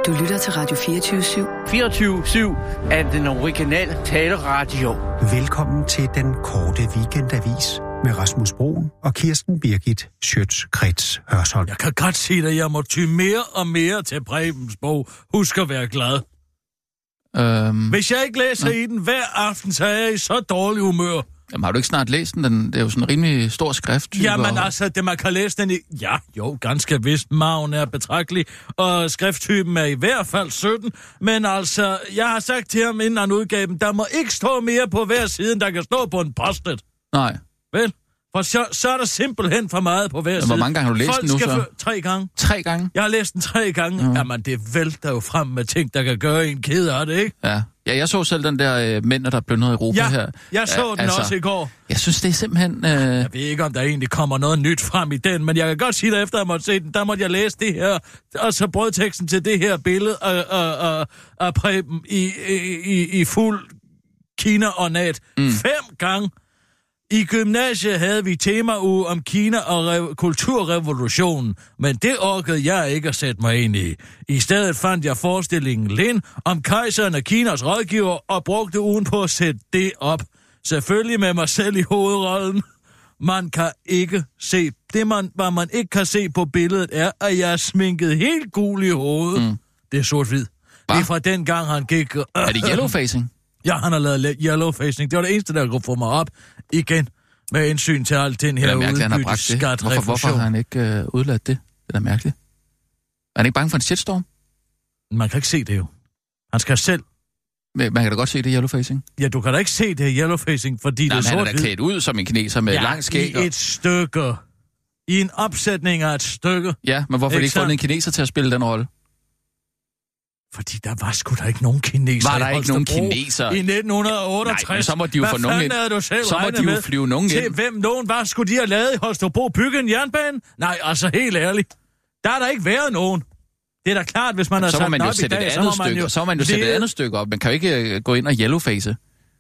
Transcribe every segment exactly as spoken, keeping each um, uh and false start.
Du lytter til Radio fireogtyve syv. fireogtyve syv er den originale taleradio. Velkommen til den korte weekendavis med Rasmus Broen og Kirsten Birgit Schøtz-Krets Hørsholm. Jeg kan godt sige at jeg må ty mere og mere til Prebens bog. Husk at være glad. Øhm... Hvis jeg ikke læser ja. i den hver aften, så er jeg i så dårlig humør. Jamen, har du ikke snart læst den? den det er jo sådan en rimelig stor skrift. Jamen og... altså, det man kan læse den i... Ja, jo, ganske vist. Maven er betragtelig, og skrifttypen er i hvert fald sytten. Men altså, jeg har sagt til ham, inden han udgav dem, der må ikke stå mere på hver side, end der kan stå på en post-it. Nej. Vel? For så, så er der simpelthen for meget på hver side. Hvor mange gange har du læst Folk den nu, så? F- tre gange. Tre gange? Jeg har læst den tre gange. Ja. Jamen, det vælter jo frem med ting, der kan gøre en ked af det, ikke? Ja. Ja, jeg så selv den der øh, mænd, der plyndrede i Europa ja, her. jeg så ja, den altså, også i går. Jeg synes, det er simpelthen... Øh... Jeg ved ikke, om der egentlig kommer noget nyt frem i den, men jeg kan godt sige, at efter jeg måtte se den, der måtte jeg læse det her, og så brødteksten til det her billede af, af, af, af Preben i, i, i fuld Kina-ornat. Mm. Fem gange. I gymnasiet havde vi temauge om Kina og re- kulturrevolutionen, men det orkede jeg ikke at sætte mig ind i. I stedet fandt jeg forestillingen Lin om kejseren af Kinas rådgiver og brugte ugen på at sætte det op. Selvfølgelig med mig selv i hovedrollen. Man kan ikke se... Det, man, hvad man ikke kan se på billedet, er, at jeg er sminket helt gul i hovedet. Mm. Det er sort-hvid. Det er fra den gang, han gik... Øh, er det yellowfacing? Ja, han har lavet yellowfacing. Det var det eneste, der kunne få mig op igen med indsyn til alt den her udbytteskat. Hvorfor, hvorfor har han ikke øh, udladt det? Det er da mærkeligt. Er han ikke bange for en shitstorm? Man kan ikke se det jo. Han skal selv... Men man kan da godt se det yellowfacing. Ja, du kan da ikke se det yellowfacing, fordi nej, det er sort-hvid. Han er da klædt ud som en kineser med ja, lang skæg. i et stykke. I en opsætning af et stykke. Ja, men hvorfor har de ikke fundet en kineser til at spille den rolle? Fordi der var sgu da ikke nogen kineser. Var der ikke nogen kineser? I nitten otteogtres. Nej, så må de jo hvad få nogen ind. Du selv så må de jo med? flyve nogen til ind. Hvem nogen var? Skulle de have lavet i Holstebro bygge en jernbane? Nej, altså helt ærligt. Der har der ikke været nogen. Det er da klart, hvis man har sat den op i dag, så må man jo, så må man jo sætte et andet stykke op. Man kan jo ikke gå ind og yellowface.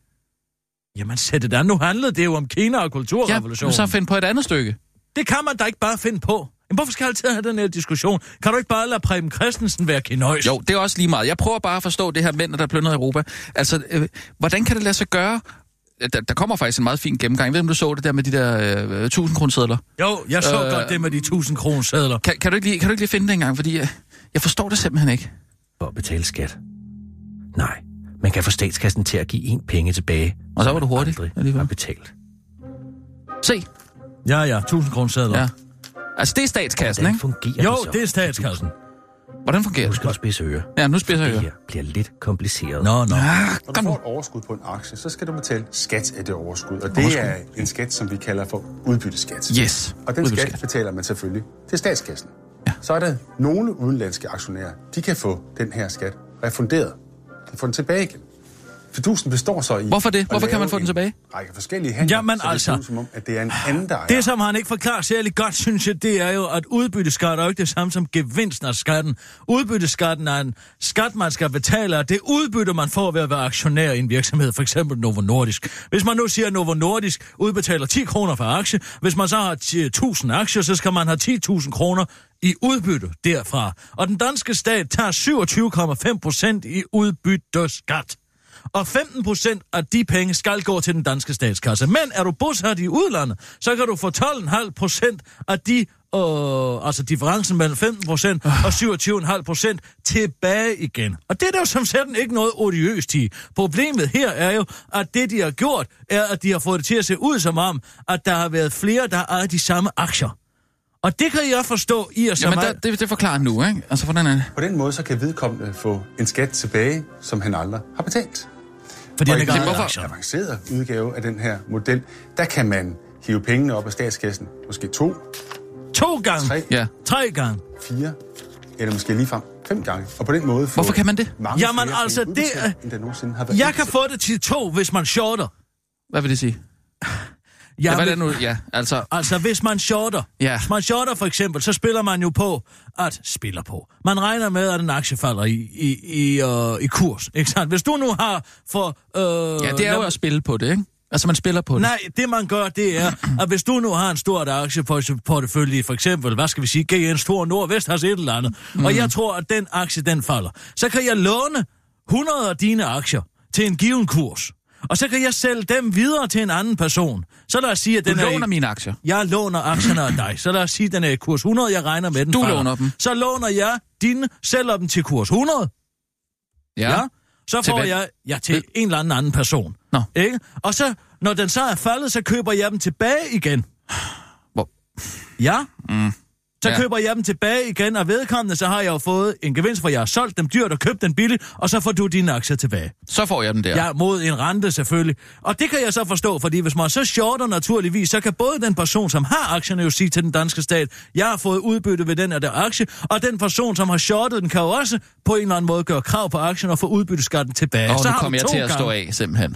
Jamen sæt det an. Nu handlede det jo om Kina og kulturrevolutionen. Ja, så find på et andet stykke. Det kan man da ikke bare finde på. Men hvorfor skal jeg altid have den her diskussion? Kan du ikke bare lade Preben Christensen være kinøjs? Jo, det er også lige meget. Jeg prøver bare at forstå det her mænd, der plyndrede Europa. Altså, øh, hvordan kan det lade sig gøre? Der, der kommer faktisk en meget fin gennemgang. Jeg ved, om du så det der med de der øh, tusind kronesedler. Jo, jeg så øh, godt det med de tusind kronesedler. Kan, kan, du ikke lige, kan du ikke lige finde det engang? Fordi jeg, jeg forstår det simpelthen ikke. For at betale skat. Nej, man kan få statskassen til at give en penge tilbage. Og så var du hurtigt. Aldrig har betalt. Se. Ja, ja, tusind kronesedler. Ja. Altså, det er statskassen, Hvordan ikke? fungerer jo, det så? det er statskassen. Hvordan fungerer det? Nu skal du spidse ører. Ja, nu spidser jeg Det her bliver lidt kompliceret. Nå, nå. Ja, Når du får et overskud på en aktie, så skal du betale skat af det overskud. Og det overskud. er en skat, som vi kalder for udbytteskat. Yes. Og den skat betaler man selvfølgelig til statskassen. Ja. Så er der nogle udenlandske aktionærer, de kan få den her skat refunderet. De får den tilbage igen. Fidusen består så i... Hvorfor det? Hvorfor kan man få den tilbage? Række forskellige handler, Jamen, så det altså, ser som om, at det er en anden, der er. Det, som han ikke forklarer særlig godt, synes jeg, det er jo, at udbytteskat er jo ikke det samme som gevinsten af skatten. Udbytteskatten er en skat, man skal betale, og det udbytte, man får ved at være aktionær i en virksomhed, for eksempel Novo Nordisk. Hvis man nu siger, at Novo Nordisk udbetaler ti kroner for aktie, hvis man så har tusind aktier, så skal man have ti tusind kroner i udbytte derfra. Og den danske stat tager syvogtyve komma fem procent i udbytteskat. Og femten procent af de penge skal gå til den danske statskasse. Men er du bosat i udlandet, så kan du få tolv komma fem procent af de, øh, altså differencen mellem femten procent og syvogtyve komma fem procent tilbage igen. Og det er der jo som sådan ikke noget odiøst i. Problemet her er jo, at det de har gjort, er, at de har fået det til at se ud som om, at der har været flere, der ejer de samme aktier. Og det kan jeg forstå i og så Jamen, meget... der, det, det forklarer nu, ikke? Altså, hvordan er det? På den måde, så kan vedkommende få en skat tilbage, som han aldrig har betalt. Fordi og han ikke i har den aktier. avancerede udgave af den her model, der kan man hive pengene op af statskassen. Måske to, To gange? tre, Ja. Tre gange? fire, eller måske ligefrem fem gange. Og på den måde få Hvorfor kan man det? mange Jamen, flere altså, penge det udbetalt, er- end der nogensinde har været. Jeg kan få det til to, hvis man shorter. Hvad vil det sige? Jeg Ja, hvad vil- er det nu? Ja, altså... Altså, hvis man shorter, Ja. hvis man shorter for eksempel, så spiller man jo på, at spiller på. Man regner med, at en aktie falder i, i, i, uh, i kurs, ikke sandt? Hvis du nu har for... Uh, Ja, det er jo at spille på det, ikke? Altså, man spiller på det? Nej, det man gør, det er, at hvis du nu har en stort aktieportefølje, for eksempel, hvad skal vi sige, G N Stor Nordvest har et eller andet, mm. og jeg tror, at den aktie, den falder, så kan jeg låne hundrede af dine aktier til en given kurs. Og så kan jeg sælge dem videre til en anden person. Så lad os sige, at den du er... Du låner i... mine aktier? Jeg låner aktierne af dig. Så lad os sige, at den er i kurs hundrede, jeg regner med den. Du falder. låner dem? Så låner jeg dine, sælger dem til kurs hundrede. Ja. ja. Så får jeg ja, til Ved... en eller anden anden person. Nå. Ikke? Og så, når den så er faldet, så køber jeg dem tilbage igen. Hvor? Ja. Mm. Så ja. køber jeg dem tilbage igen, og vedkommende, så har jeg jo fået en gevinst, for jeg har solgt dem dyrt og købt dem billigt, og så får du dine aktier tilbage. Så får jeg dem der? Ja, mod en rente selvfølgelig. Og det kan jeg så forstå, fordi hvis man så shorter naturligvis, så kan både den person, som har aktierne, jo sige til den danske stat, jeg har fået udbytte ved den og der aktie, og den person, som har shortet den, kan jo også på en eller anden måde gøre krav på aktien og få udbytteskatten tilbage. Og så nu har kommer jeg til at gange. stå af, simpelthen.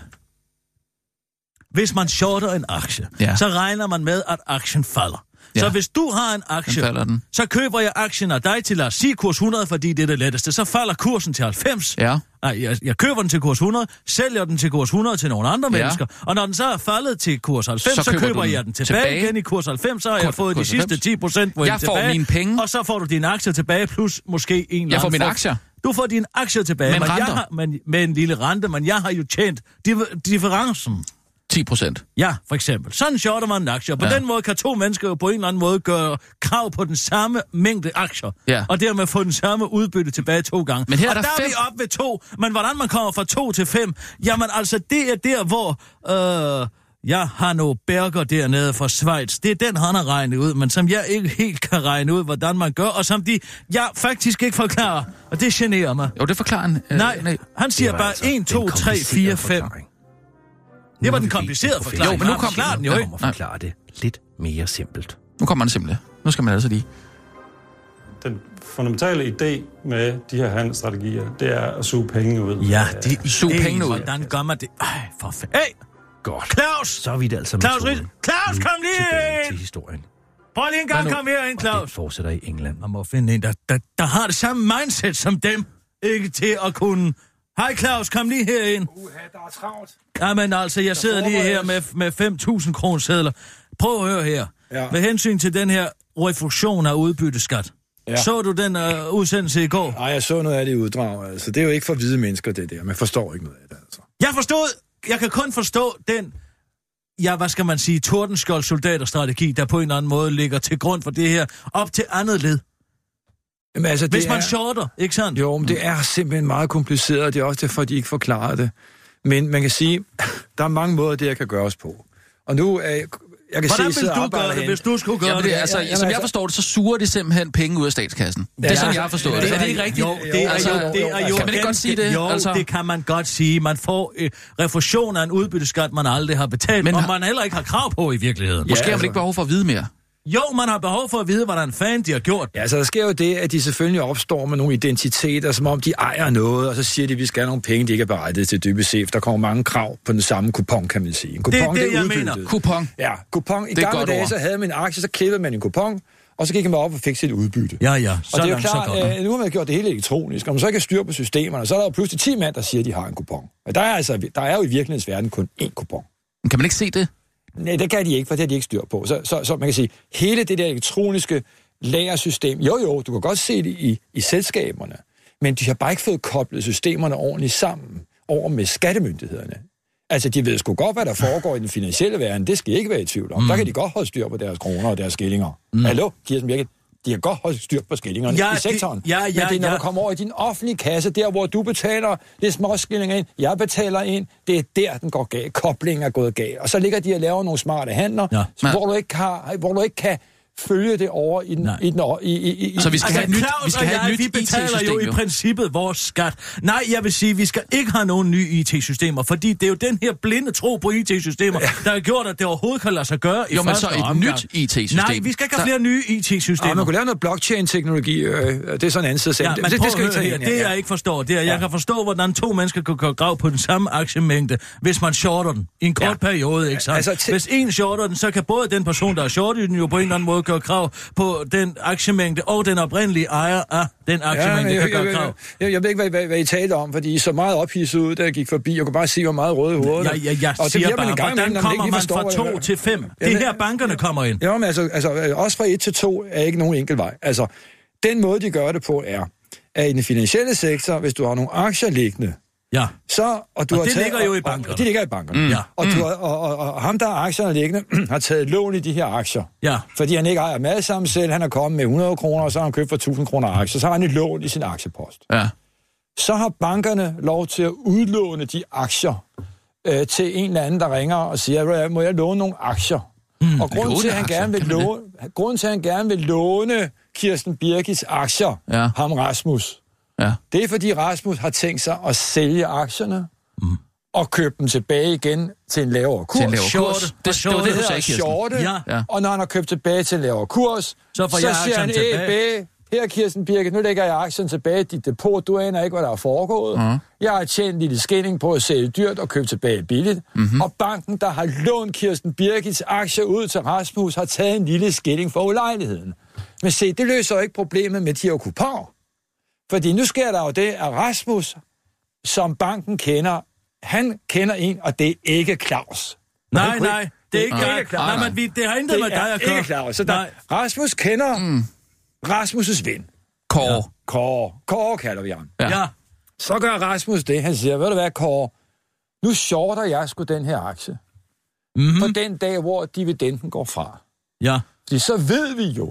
Hvis man shorter en aktie, ja. så regner man med, at aktien falder. Ja. Så hvis du har en aktie, den. så køber jeg aktien af dig til at sige kurs hundrede, fordi det er det letteste. Så falder kursen til halvfems. Ja. Nej, jeg, jeg køber den til kurs hundrede, sælger den til kurs hundrede til nogle andre ja. mennesker. Og når den så er faldet til kurs halvfems, så, så køber, køber jeg den tilbage, tilbage igen i kurs halvfems, så har jeg fået de sidste ti procent jeg tilbage. får mine penge. Og så får du dine aktier tilbage, plus måske en Jeg får mine for... aktier. Du får dine aktier tilbage, men men jeg har, men, med en lille rente, men jeg har jo tjent div- differencen. ti procent. Ja, for eksempel. Sådan shorter man en aktie, og på ja. den måde kan to mennesker jo på en eller anden måde gøre krav på den samme mængde aktier, ja. og dermed få den samme udbytte tilbage to gange. Men her og er der, der fem... er vi op ved to, men hvordan man kommer fra to til fem, jamen altså, det er der, hvor... Øh, jeg har nogle Berger dernede fra Schweiz. Det er den, han har regnet ud, men som jeg ikke helt kan regne ud, hvordan man gør, og som de, jeg faktisk ikke forklarer, og det generer mig. Jo, det forklarer han. Øh, nej, nej, han siger bare altså en, to, tre, fire, fem. Det var den komplicerede forklaring. Jo, men nu kom den jo ikke. Jeg må forklare det lidt mere simpelt. Nu kommer den simpelt. Nu skal man altså lige. Den fundamentale idé med de her handelsstrategier, det er at suge penge ud. Ja, det er suge penge ud. Hvordan gør man det? Ej, for fanden. Hey! Godt. Claus! Så er vi det altså Claus, metoden. Claus, kom lige ind! Til historien. Prøv lige en gang, kom her ind, Claus. Og det fortsætter i England. Man må finde en, der, der, der har det samme mindset som dem. Ikke til at kunne... Hej Claus, kom lige herind. Uha, der er travlt. Jamen altså, jeg sidder lige her med, med fem tusind kroner sedler. Prøv at høre her. Ja. Med hensyn til den her refusion af udbytteskat. Ja. Så du den uh, udsendelse i går? Nej, jeg så noget af det i uddrag. Altså. Det er jo ikke for hvide mennesker, det der. Man forstår ikke noget af det, altså. Jeg forstod... Jeg kan kun forstå den... Ja, hvad skal man sige? Tordenskjold soldaterstrategi, der på en eller anden måde ligger til grund for det her. Op til andet led. Jamen, altså, Hvis det man er... shorter, ikke sandt? Jo, men det er simpelthen meget kompliceret, det er også derfor, de ikke forklarer det. Men man kan sige, der er mange måder, det her kan gøres på. Og nu er jeg... Jeg kan Hvordan se, vil du gøre det, hvis du skulle gøre jamen, det? det? Altså, Jamen, som jeg altså... forstår det, så suger det simpelthen penge ud af statskassen. Ja, det er sådan, jeg har forstået det. det. Er det ikke rigtigt? Jo, det er altså, jo... Det er jo kan man ikke godt sige det? Jo, altså... det kan man godt sige. Man får øh, refusion af en udbytteskat, man aldrig har betalt, men og har... man heller ikke har krav på i virkeligheden. Måske ja, har man ikke behov for at vide mere. Jo, man har behov for at vide, hvordan fanden de har gjort. Ja, så der sker jo det, at de selvfølgelig opstår med nogle identiteter, som om de ejer noget, og så siger de, at vi skal have nogle penge, de ikke er berettiget til dybest set. Der kommer mange krav på den samme kupon, kan man sige. En kupon, det er det, det er jeg udbyttet. mener. Kupon. Ja, kupon. I det gamle dage, så havde man en aktie, så klippede man en kupon, og så gik man op og fik sit udbytte. Ja, ja. Så og det er jo langt, klart, at nu har man gjort det hele elektronisk, og man så ikke har styr på systemerne, så er der jo pludselig ti mand, der siger, at de har en kupon. Og der er, altså, der er jo i virkelighedens verden kun én kupon. Men kan man ikke se det? Nej, det kan de ikke, for det har de ikke styr på. Så, så, så man kan sige, hele det der elektroniske lagersystem, jo jo, du kan godt se det i, i selskaberne, men de har bare ikke fået koblet systemerne ordentligt sammen over med skattemyndighederne. Altså, de ved sgu godt, hvad der foregår i den finansielle verden. Det skal I ikke være i tvivl om. Mm. Der kan de godt holde styr på deres kroner og deres skillinger. Mm. Hallo, Kirsten Birgit? De har godt holdt styr på skillingerne ja, i sektoren. De, ja, ja, men det er, når ja. du kommer over i din offentlige kasse, der hvor du betaler det små skillinger ind, jeg betaler ind, det er der, den går galt. Koblingen er gået galt. Og så ligger de og laver nogle smarte handler, ja. så, hvor, du ikke har, hvor du ikke kan følge det over i den... I den i, i, i, så vi skal altså, have et nyt, Claus vi skal have jeg, et nyt vi betaler I T-system, jo i princippet vores skat. Nej, jeg vil sige, vi skal ikke have nogen nye I T-systemer, fordi det er jo den her blinde tro på I T-systemer, ja. der har gjort, at det overhovedet kan lade sig gøre i jo, men første så et omgang. nyt I T-system. Nej, vi skal ikke have flere nye I T-systemer. Ah, man kunne lave noget blockchain-teknologi, øh, det er sådan en anden side. Ja, men det, det, skal høre her, det jeg ikke forstår, det er, jeg ja. kan forstå, hvordan to mennesker kan gå grav på den samme aktiemængde, hvis man shorter den i en kort ja. periode, ikke sant? Altså, t- hvis en shorter den, så kan både den person, der har shortet den, jo på en eller anden måde gøre krav på den aktiemængde, og den oprindelige ejer af den aktiemængde ja, kan jeg, gøre jeg, krav. Jeg, jeg, jeg ved ikke, hvad, hvad, hvad I talte om, fordi I så meget ophidset ud, da jeg gik forbi. Jeg kunne bare se, hvor meget røde hoveder. Ja, ja, jeg og siger bare, gang, hvordan man kommer man forstår, fra to hvad, til fem? Det ja, er her, bankerne kommer ind. Ja, men altså, altså, også fra et til to er ikke nogen enkel vej. Altså, den måde, de gør det på, er, at i den finansielle sektor, hvis du har nogle aktier liggende, ja. så, og du og har det taget, ligger jo i og, bankerne. Og det ligger i bankerne. Mm. Ja. Og, Mm. du har, og, og, og ham, der har aktierne liggende, har taget lån i de her aktier. Ja. Fordi han ikke ejer dem alle sammen selv. Han er kommet med hundrede kroner, og så har han købt for tusind kroner aktier. Så har han et lån i sin aktiepost. Ja. Så har bankerne lov til at udlåne de aktier øh, til en eller anden, der ringer og siger, må jeg låne nogle aktier? Mm. Og grunden til, at han gerne vil låne, grunden til, at han gerne vil låne Kirsten Birgits aktier, ja. ham Rasmus, ja. det er, fordi Rasmus har tænkt sig at sælge aktierne mm. og købe dem tilbage igen til en lavere kurs. Til en lavere kurs. Det, det, det, det, det hedder shorte, ja. Ja. Og når han har købt tilbage til en lavere kurs, så, så siger han, æh, her Kirsten Birgit, nu lægger jeg aktien tilbage i dit depot, du aner ikke, hvad der er foregået. Uh-huh. Jeg har tjent en lille skilling på at sælge dyrt og købe tilbage billigt. Uh-huh. Og banken, der har lånt Kirsten Birgits aktier ud til Rasmus, har taget en lille skilling for ulejligheden. Men se, det løser jo ikke problemet med de her kuponer. Fordi nu sker der jo det, at Rasmus, som banken kender, han kender en, og det er ikke Claus. Nej, nej, det er ikke, ikke Claus. Nej, nej. Men vi, det har intet med dig at gøre. Det er ikke Claus. Så der, Rasmus kender mm. Rasmus' ven. Kåre. Ja. Kåre. Kåre kalder vi ham. Ja. ja. Så gør Rasmus det. Han siger, ved du hvad, Kåre, nu shorter jeg sgu den her aktie. Mm-hmm. På den dag, hvor dividenden går fra. Ja. Fordi så ved vi jo,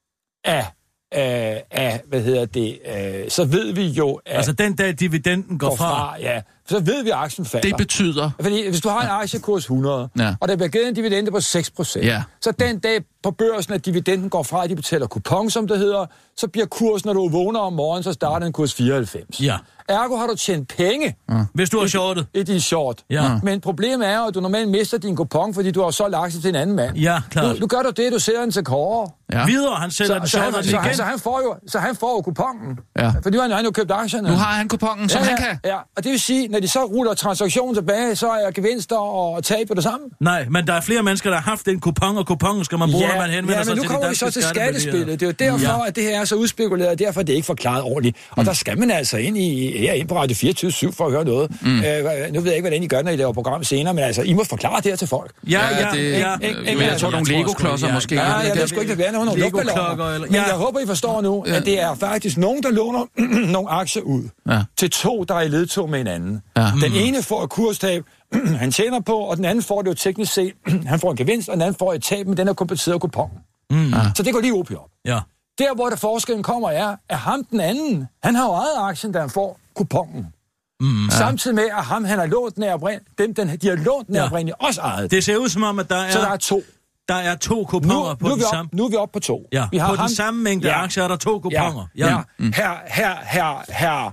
at Af, af, hvad hedder det, øh, så ved vi jo... At altså den dag dividenden går, går fra. fra... Ja, så ved vi, at aktien falder. Det betyder... Fordi hvis du har en aktiekurs hundrede, ja. og der bliver givet en dividende på seks procent, ja. så den dag på børsen, at dividenden går fra, at de betaler kupon, som det hedder, så bliver kursen, når du vågner om morgenen, så starter en kurs fireoghalvfems. Ja. Ergo har du tjent penge. Ja. Hvis du har shortet. I din short. Ja. Men problemet er, at du normalt mister din kupon, fordi du har solgt aktier til en anden mand. Ja, klart. Nu, nu gør du det, du sælger den til Kåre. Ja. Videre, han sælger den, så, så, så, så, han, så, han, får jo, så han får jo kuponen. Ja. Fordi han har jo købt aktierne. Nu har han kuponen, som ja, han kan. Ja, og det vil sige, når de så ruller transaktionen tilbage, så er gevinster og tab på det samme. Nej, men der er flere mennesker, der har haft en kupon, og kuponen skal man bruge, ja, når man henvender ja, sig til de danske. Ja, men nu kommer vi så til skattespillet. Det er jo derfor, ja. at det her er så udspekuleret, og derfor er det ikke forklaret ordentligt. Og mm. der skal man altså ind i her ind på Radio fireogtyve syv for at høre noget. Mm. Øh, nu ved jeg ikke, hvordan I gør, når I laver program senere, men altså, I må forklare det her til folk. Ja, ja, det, ja. ja, ja, ja jeg tror, nogle Lego-klodser måske. Ja, jeg ved sgu ikke, det bliver nogle luftballoner. Men jeg håber, I forstår nu, at det er faktisk nogen, der låner nogle aktier ud til to, der er i ledtog med hinanden. Den ene får et kurstab, han tjener på, og den anden får det jo teknisk set. Han får en gevinst, og den anden får et tab, men den er kompenseret af kuponen. Mm. Så det går lige op i op. Ja. Der, hvor der forskellen kommer, er, at ham den anden, han har jo ejet aktien, da han får kuponen. Mm. Samtidig med, at ham, han har lånt den oprindeligt, dem, den, de har lånt den oprindeligt, også ejet. Det ser ud som om, at der er... Så der er to. Der er to kuponer nu, på nu den op, samme... Nu er vi oppe på to. Ja, vi har på ham, den samme mængde ja. aktier er der to kuponer. Ja, ja. Mm. Her, her, her, her...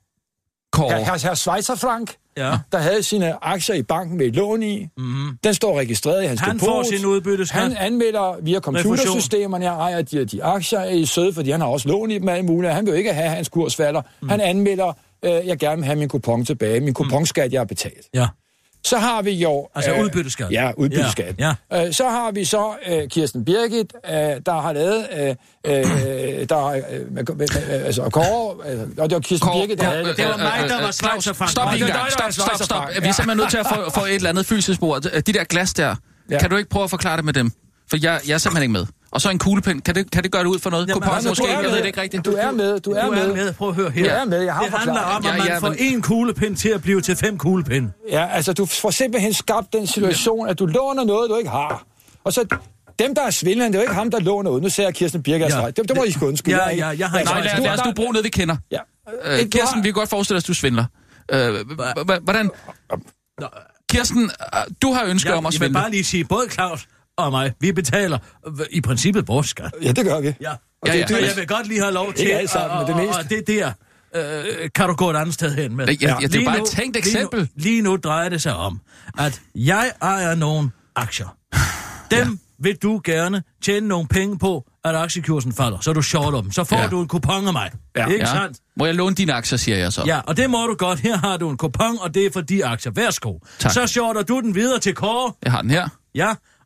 Her, her, her Schweizerfrank, ja. der havde sine aktier i banken med et lån i. Mm-hmm. Den står registreret i hans han depot. Han får sin udbytteskat. Han anmelder via computersystemerne, jeg ejer de, de aktier er i søde, fordi han har også lån i dem alt muligt. Han vil jo ikke have, hans kurs falder. Mm. Han anmelder, øh, jeg gerne vil have min kupon tilbage. Min kuponskat, jeg har betalt. Ja. Så har vi jo... Altså øh, udbytteskat. Ja, udbytteskat. Ja, ja. Øh, så har vi så øh, Kirsten Birgit, øh, der har lavet... Øh, øh, der øh, altså Kåre... Øh, og det var Kirsten Kåre, Birgit, der havde... Det var mig, der var Schweizerfrank. Stop lige en gang. Stop, stop, stop. Vi er simpelthen nødt til at få, få et eller andet fysisk spor. De der glas der, ja. kan du ikke prøve at forklare det med dem? For jeg, jeg er simpelthen ikke med. Og så en kuglepen. Kan det, kan det gøre det ud for noget? Kupon altså, måske? Jeg ved det ikke rigtigt. Du er med. Du er, du med. er med. Prøv at høre her. Du er med. Jeg har det handler forklaret. om, at man ja, ja, får men... en kuglepen til at blive til fem kuglepen. Ja, altså du får simpelthen skabt den situation, at du låner noget, du ikke har. Og så... Dem, der er svindlerne, det er jo ikke ham, der låner ud. Nu ser jeg Kirsten Birgit ja. det, det må I sgu undskylde. Ja, ja, jeg har ikke. Nej, lad, lad os du bruge noget, vi kender. Ja. Øh, Kirsten, vi kan godt forestille os, at du svindler. Øh, hvordan... Kirsten, du har ønsket ja, om at svindle. Jeg vil bare lige sige, både Claus og mig, vi betaler i princippet vores skat. Ja, det gør vi. Ja, og ja, det, ja. Så jeg vil godt lige have lov til... Ikke alt sammen, men det meste. Og det der... Øh, kan du gå et andet sted hen med? Ja, ja, det er bare et tænkt eksempel. Lige nu, lige nu drejer det sig om, at jeg ejer nogle aktier. Dem ja. vil du gerne tjene nogle penge på, at aktiekursen falder, så du shorter dem. Så får ja. du en kupon af mig. Ja. Ikke ja. sandt? Må jeg låne dine aktier, siger jeg så. Ja, og det må du godt. Her har du en kupon, og det er for de aktier. Værsgo. Tak. Så shorter du den videre til Kåre. Jeg har den her. Ja,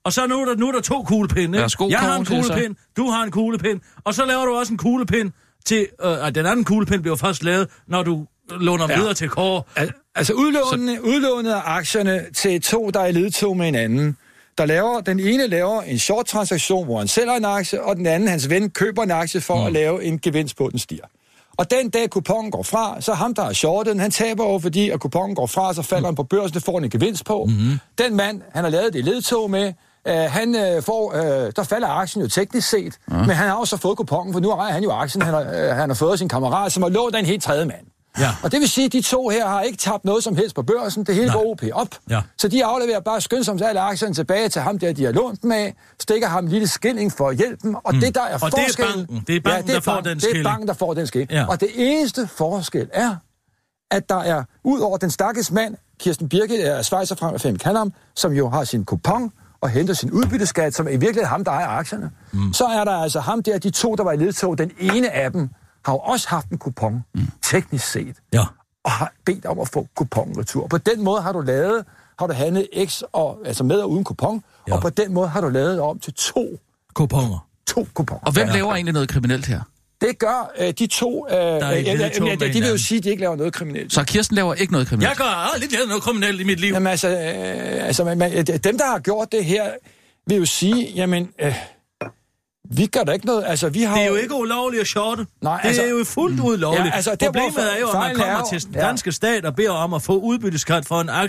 og så nu er der, nu er der to kuglepinde. Værsgo, jeg har en Kåre, kuglepind, du har en kuglepind, og så laver du også en kuglepind til... Øh, den anden kuglepind bliver først lavet, når du låner ja. videre til Kåre. Al- altså udlånet, så... udlånet af aktierne til to, der er i ledtog med hinanden. Der laver, den ene laver en short-transaktion, hvor han sælger en aktie, og den anden, hans ven, køber en aktie for mm. at lave en gevinst på, den stiger. Og den dag kuponen går fra, så ham, der har shortet, han taber over, fordi at kuponen går fra, så falder mm. han på børsen, det får han en gevinst på. Mm-hmm. Den mand, han har lavet det i ledtog med, øh, han øh, får, øh, der falder aktien jo teknisk set, mm. men han har også fået kuponen, for nu ejer han jo aktien, han har, øh, han har fået sin kammerat, som har lånt en helt tredje mand. Ja. Og det vil sige, at de to her har ikke tabt noget som helst på børsen. Det hele Nej. går O P op. Ja. Så de afleverer bare skønsomt alle aktierne tilbage til ham, der de har lånt dem af, stikker ham en lille skilling for hjælpen. Og mm. det, der er forskellen... Det er banken, det er banken, ja, det er der får banken, den skilling. skilling. Det er banken, der får den skilling. Ja. Og det eneste forskel er, at der er, ud over den stakkels mand, Kirsten Birgit er svejser frem af fem Kanam, som jo har sin kupon og henter sin udbytteskat, som er i virkeligheden ham, der ejer aktierne. Mm. Så er der altså ham der, de to, der var i ledtog, den ene af dem har jo også haft en kupon, mm. teknisk set. Ja. Og har bedt om at få kuponen retur. På den måde har du lavet, har du handlet X og, altså med og uden kupon, ja. og på den måde har du lavet om til to kuponer. To kuponer. Og hvem ja. laver egentlig noget kriminelt her? Det gør øh, de to... Øh, ja, ja, ja, de vil jo sige, at de ikke laver noget kriminelt. Så Kirsten laver ikke noget kriminelt? Jeg gør aldrig lavet noget kriminelt i mit liv. Jamen altså, øh, altså man, man, dem, der har gjort det her, vil jo sige, jamen... Øh, vi gør da ikke noget, altså vi har... Det er jo ikke ulovligt at shorte. Nej, det altså, er jo fuldt ud lovligt. Ja, altså, Problemet der, er jo, at man kommer er jo, til den danske ja. stat og beder om at få udbytteskat for en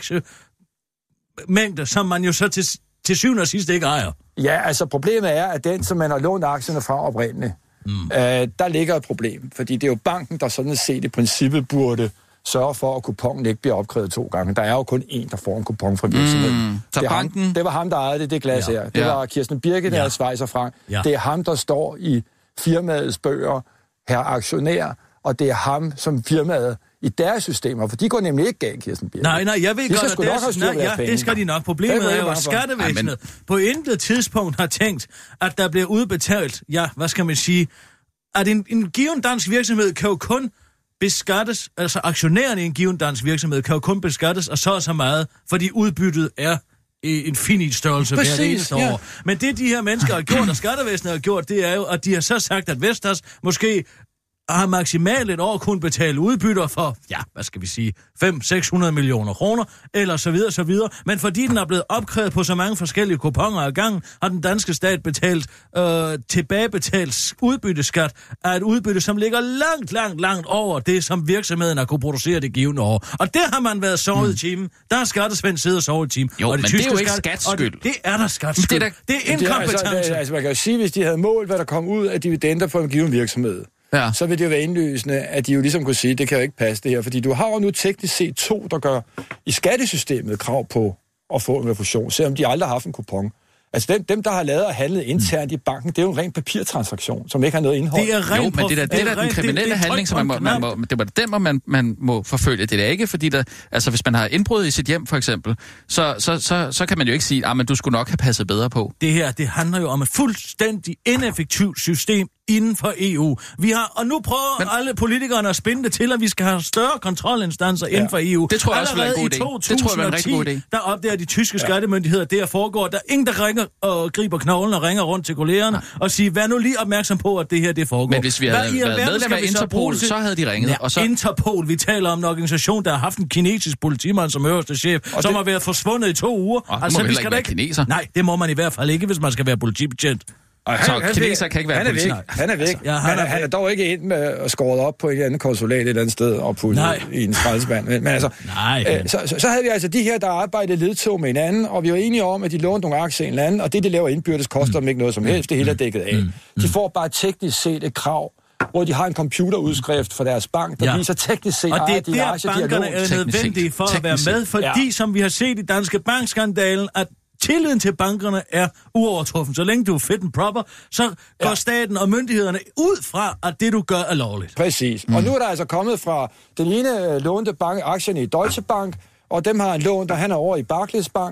aktiemængde, som man jo så til, til syvende og sidst ikke ejer. Ja, altså problemet er, at den, som man har lånt aktierne fra oprindeligt, mm. øh, der ligger et problem. Fordi det er jo banken, der sådan set i princippet burde sørge for, at kuponen ikke bliver opkrævet to gange. Der er jo kun én, der får en kupon fra virksomheden. Mm. Så det, banken... ham, det var ham, der ejede det, det glas ja. her. Det ja. var Kirsten Birgit, der ja. er svejser fra. Ja. Det er ham, der står i firmaets bøger, her aktionær, og det er ham, som firmaet i deres systemer, for de går nemlig ikke galt, Kirsten Birgit. Nej, nej, jeg ved de godt, at deres, nej, ja, penge. Det skal de nok. Problemet er jo, at skattevæsenet men... på intet tidspunkt har tænkt, at der bliver udbetalt, ja, hvad skal man sige, at en, en given dansk virksomhed kan jo kun beskattes, altså aktionærerne i en given dansk virksomhed kan jo kun beskattes og så og så meget, fordi udbyttet er en finit størrelse hver eneste ja. år. Men det, de her mennesker har gjort, og skattevæsenet har gjort, det er jo, at de har så sagt, at Vestas måske har maksimalt et år kun betale udbytter for, ja, hvad skal vi sige, fem til seks hundrede millioner kroner, eller så videre, så videre. Men fordi den er blevet opkrævet på så mange forskellige kuponer ad gangen, har den danske stat betalt, øh, tilbagebetalt udbytteskat af et udbytte, som ligger langt, langt, langt over det, som virksomheden har kunne producere det givende år. Og det har man været sovet mm. i timen. Der har skattesvend siddet og sovet i timen. Jo, og men det er jo ikke skats skyld. Det, det er der skats skyld. Det er, der, det er inkompetence. Det er, altså, altså, man kan jo sige, hvis de havde målt, hvad der kom ud af dividender for en given virksomhed, ja. så vil det jo være indlysende, at de jo ligesom kunne sige, det kan jo ikke passe det her, fordi du har jo nu teknisk set to, der gør i skattesystemet krav på at få en refusion, selvom de aldrig har haft en kupon. Altså dem, dem der har lavet og handlet internt mm. i banken, det er jo en ren papirtransaktion, som ikke har noget indhold. Det er rent jo, men det er da det, der den kriminelle det, det handling, som man må, man må, det var den, man, man må forfølge. Det er ikke, fordi der, altså hvis man har indbrud i sit hjem for eksempel, så, så, så, så kan man jo ikke sige, at ah, du skulle nok have passet bedre på. Det her, det handler jo om et fuldstændig ineffektivt system inden for E U. Vi har, og nu prøver men, alle politikerne at spænde det til, at vi skal have større kontrolinstanser ja. inden for E U. Det tror jeg også er en god idé. Det tror jeg er en rigtig god idé. Der opdager de tyske ja. skattemyndigheder, det her foregår. Der er ingen, der ringer og griber knoglen og ringer rundt til kollegerne ja. og siger, vær nu lige opmærksom på, at det her, det foregår. Men hvis vi havde været medlem af Interpol, så, så havde de ringet. Ja, og så... Interpol, vi taler om en organisation, der har haft en kinesisk politimand som øverste chef, og som det... har været forsvundet i to uger. Oh, altså, vi skal da ikke kineser. Nej, det må man i hvert fald ikke, hvis man skal være politibetjent. Han, så han, kineser kan ikke være han er væk. Han er væk. Ja, han, han, er, han er dog ikke ind med at skåret op på et andet konsulat et eller andet sted og putte i en skraldespand. Men, men altså, øh, så, så, så havde vi altså de her, der arbejdede ledtog med hinanden, og vi var enige om, at de lånte nogle aktier en eller anden, og det, de laver indbyrdes, koster dem ikke noget som helst. Det hele er dækket af. De får bare teknisk set et krav, hvor de har en computerudskrift for deres bank, der ja. viser teknisk set, og det er de der, aktier, bankerne de er nødvendige for at være med, fordi, ja. som vi har set i Danske Bank-skandalen, at tilliden til bankerne er uovertruffen. Så længe du er fit and proper, så går ja. staten og myndighederne ud fra, at det, du gør, er lovligt. Præcis. Mm. Og nu er der altså kommet fra den ene lånte bank, aktierne i Deutsche Bank, og dem har han lånt, og han er over i Barclays Bank,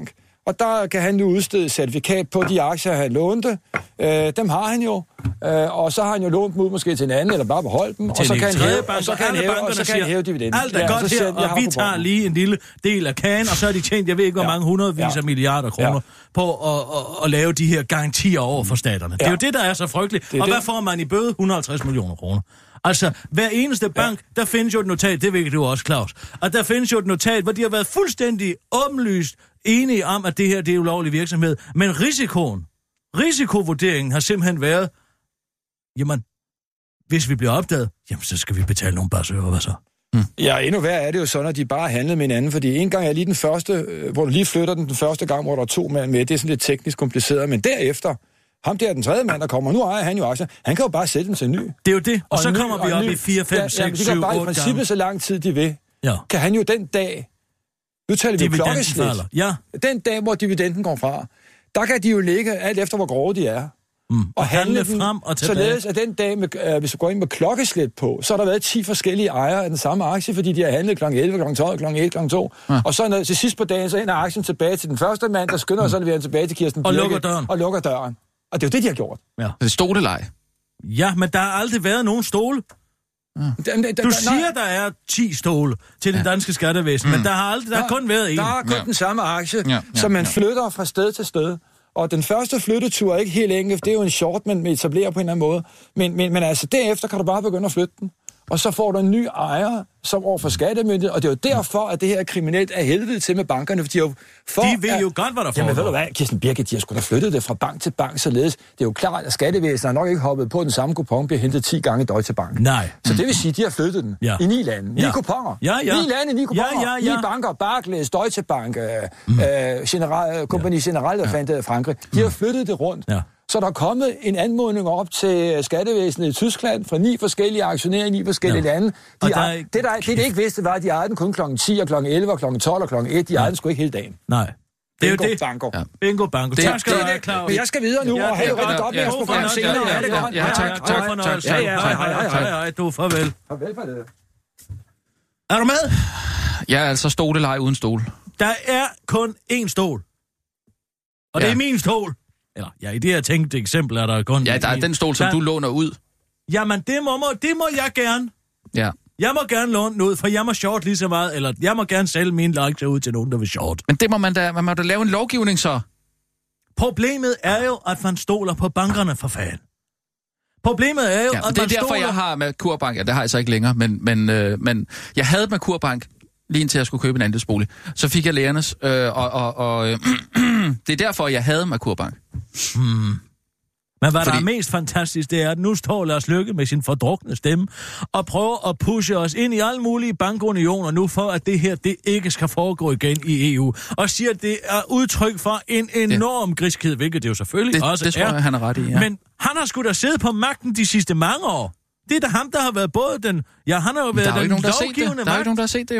og der kan han nu udstede certifikat på de aktier, han lånte. Øh, dem har han jo, øh, og så har han jo lånt dem ud måske til en anden, eller bare beholdt dem, og så kan han hæve, og så kan han hæve, og så kan han hæve dividenden. Alt er ja, godt her, og vi tager lige en lille del af kagen, og så har de tjent, jeg ved ikke, hvor ja. mange hundredvis ja. af milliarder kroner ja. på at, at, at lave de her garantier over for staterne. Ja. Det er jo det, der er så frygteligt. Og det. Hvad får man i bøde? et hundrede og halvtreds millioner kroner. Altså, hver eneste bank, ja. der findes jo et notat, det ved du også, Claus, og der findes jo et notat, hvor de har været fuldstændig åbenlyst enige om, at det her det er ulovlig virksomhed. Men risikoen, risikovurderingen har simpelthen været, jamen, hvis vi bliver opdaget, jamen, så skal vi betale nogle barsører, hvad så? Hmm. Ja, endnu værre er det jo sådan, at de bare handlede med hinanden, fordi en gang er lige den første, hvor du lige flytter den, den første gang, hvor der er to mand med, det er sådan lidt teknisk kompliceret, men derefter, ham der, den tredje mand, der kommer, nu ejer han jo aktier, han kan jo bare sætte dem til ny. Det er jo det, og, og så ny, kommer vi op ny, i fire, fem, seks, syv, otte gange. De kan bare i princippet så lang tid, de vil. Ja. Kan han jo den dag, nu taler vi jo klokkeslæt, ja. den dag, hvor dividenden går fra, der kan de jo ligge alt efter, hvor grove de er. Mm. Og, og handle frem og tilbage. Således at den dag, med, øh, hvis du går ind med klokkeslæt på, så har der været ti forskellige ejere af den samme aktie, fordi de har handlet klokken elleve, klokken tolv, klokken et, klokken to. Ja. Og så når, til sidst på dagen, så ender aktien tilbage til den første mand, der skynder mm. sig at levere tilbage til Kirsten Birke. Og lukker døren. Og lukker døren. Og det er jo det, de har gjort. Ja. Det er stoleleg. Ja, men der har aldrig været nogen stole. Ja. Da, da, da, du siger, der er ti stole til ja. den danske skattevæsen, mm. men der har aldrig, der, der har kun været en. Der har kun ja. den samme aktie, ja. Ja. som man ja. flytter fra sted til sted. Og den første flyttetur er ikke helt enkelt, det er jo en short, man etablerer på en eller anden måde. Men, men, men altså, derefter kan du bare begynde at flytte den. Og så får du en ny ejer, som overfor skattemyndighed, og det er jo derfor, at det her er kriminelt af helvede til med bankerne, fordi jo for, de ved jo godt, hvad der foregår. Jamen ved du hvad, Kirsten Birke, de har sgu da flyttet det fra bank til bank, således. Det er jo klart, at skattevæsenet har nok ikke hoppet på den samme kupon, bliver hentet ti gange i Deutsche Bank. Nej. Så det vil sige, at de har flyttet den ja. i ni lande. Ni ja. kuponer. Ja, ja. Ni lande, ni kuponer. Ja, ja, ja. Ni banker, Barclays, Deutsche Bank, mm. øh, General, Compagnie ja. Generale, der ja. fandt det i Frankrig. De har flyttet det rundt. Ja. Så der er kommet en anmodning op til skattevæsenet i Tyskland fra ni forskellige aktionærer i ni forskellige ja. lande. De er, ikke... Det, der, det, de ikke vidste, var, at de ejede den kun klokken ti og klokken elleve og klokken tolv og klokken et. De ejede den sgu ikke hele dagen. Nej. Det er jo det. Banko. Ja. Bingo banko. Det, tak skal du have, Claus. Men jeg skal videre nu, ja, og have et rigtig godt med os program senere. Ja, det godt. Ja, tak, tak, tak. Ja, ja, hej, hej, hej, hej. Du, farvel. Farvel for det. Er du med? Ja, altså stoleleje uden stol. Der er kun én stol. Og det er min stol. Eller, ja, i det her tænkte eksempel er der kun... Ja, der er den stol, som der... du låner ud. Jamen, det må, det må jeg gerne. Ja. Jeg må gerne låne den ud, for jeg må short lige så meget, eller jeg må gerne sælge mine aktier ud til nogen, der vil short. Men det må man da, man må da lave en lovgivning så. Problemet er jo, at man stoler på bankerne, for fanden. Problemet er jo, ja, at det er man derfor, stoler... jeg har Merkurbank. Ja, det har jeg så ikke længere, men, men, øh, men jeg havde Merkurbank lige indtil jeg skulle købe en andelsbolig. Så fik jeg lærernes, øh, og, og, og øh, det er derfor, jeg havde Merkurbank. Hmm. Men hvad Fordi... der er mest fantastisk, det er, at nu står Lars Løkke med sin fordrukne stemme og prøver at pushe os ind i alle mulige bankunioner nu, for at det her, det ikke skal foregå igen i E U. Og siger, at det er udtryk for en enorm griskhed, hvilket det jo selvfølgelig det, også det tror er. Jeg, han er ret i, ja. Men han har sgu da siddet på magten de sidste mange år. Det er da ham, der har været både den... Ja, han har jo været den lovgivende magt. Der er jo ikke nogen, der har set det jo.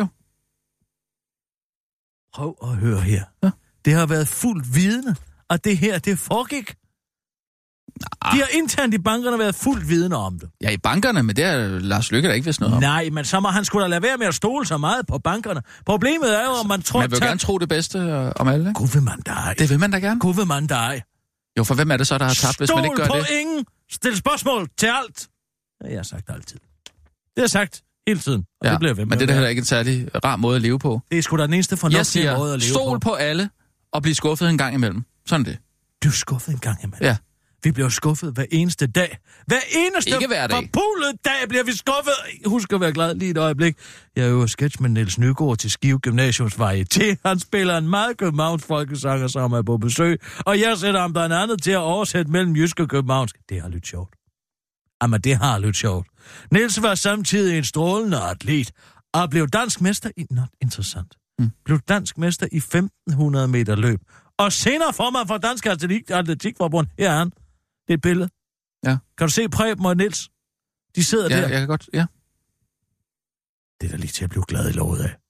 Prøv at høre her. Ja. Det har været fuldt vidne, at det her, det foregik. Nah. De har internt i bankerne været fuldt vidne om det. Ja, i bankerne, men det er Lars Løkke der ikke vidst noget om. Nej, men så må han skulle da lade være med at stole så meget på bankerne. Problemet er jo, om man tror... Man vil jo gerne tro det bedste øh, om alle, ikke? Gud vil man dig. Det vil man da gerne. Gud vil man dig. Jo, for hvem er det så, der har tabt, hvis man ikke gør det? Stol på ingen. Stil spørgsmål til alt. Ja, jeg har sagt altid. Det har jeg sagt hele tiden. Og ja, det bliver ved med men det er da heller ikke en særlig rar måde at leve på. Det er sgu da den eneste fornuftige måde at leve på. Stol på alle og blive skuffet en gang imellem. Sådan det. Du er skuffet en gang imellem? Ja. Vi bliver skuffet hver eneste dag. Hver eneste forpulet dag bliver vi skuffet. Husk at være glad lige et øjeblik. Jeg øver sketch med Niels Nygaard til Skive Gymnasiumsvej til. Han spiller en meget Københavns folkesanger, som er på besøg. Og jeg sætter ham blandt andet til at oversætte mellem jysk og københavnsk. Det har lidt sjovt. Jamen, det har lidt sjovt. Niels var samtidig en strålende atlet og blev dansk mester i... Nå, interessant. Mm. Blev dansk mester i femten hundrede meter løb. Og senere formand for Dansk Atletik, Atletikforbund. Her er han. Det er et billede. Ja. Kan du se Preben og Niels? De sidder ja, der. Ja, jeg kan godt, ja. Det er da lige til at blive glad i lovet af.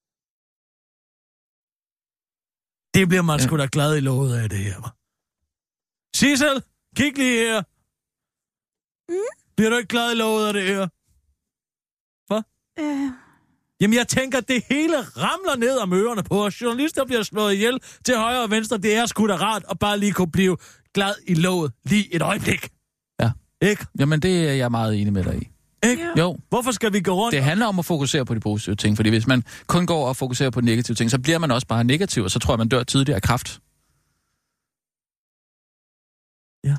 Det bliver man ja. sgu da glad i lovet af, det her, hva'? Sissel, kig lige her. Mm? Bliver du ikke glad i lovet af det her? Hvad? Øh... Jamen, jeg tænker, det hele ramler ned om ørerne på os. Journalister bliver slået ihjel til højre og venstre. Det er sgu da rart at bare lige kunne blive glad i låget lige et øjeblik. Ja. Ikke? Jamen, det er jeg meget enig med dig i. Ikke? Ja. Jo. Hvorfor skal vi gå rundt? Det handler om at fokusere på de positive ting, fordi hvis man kun går og fokuserer på de negative ting, så bliver man også bare negativ, og så tror jeg, man dør tidligere af kræft. Ja.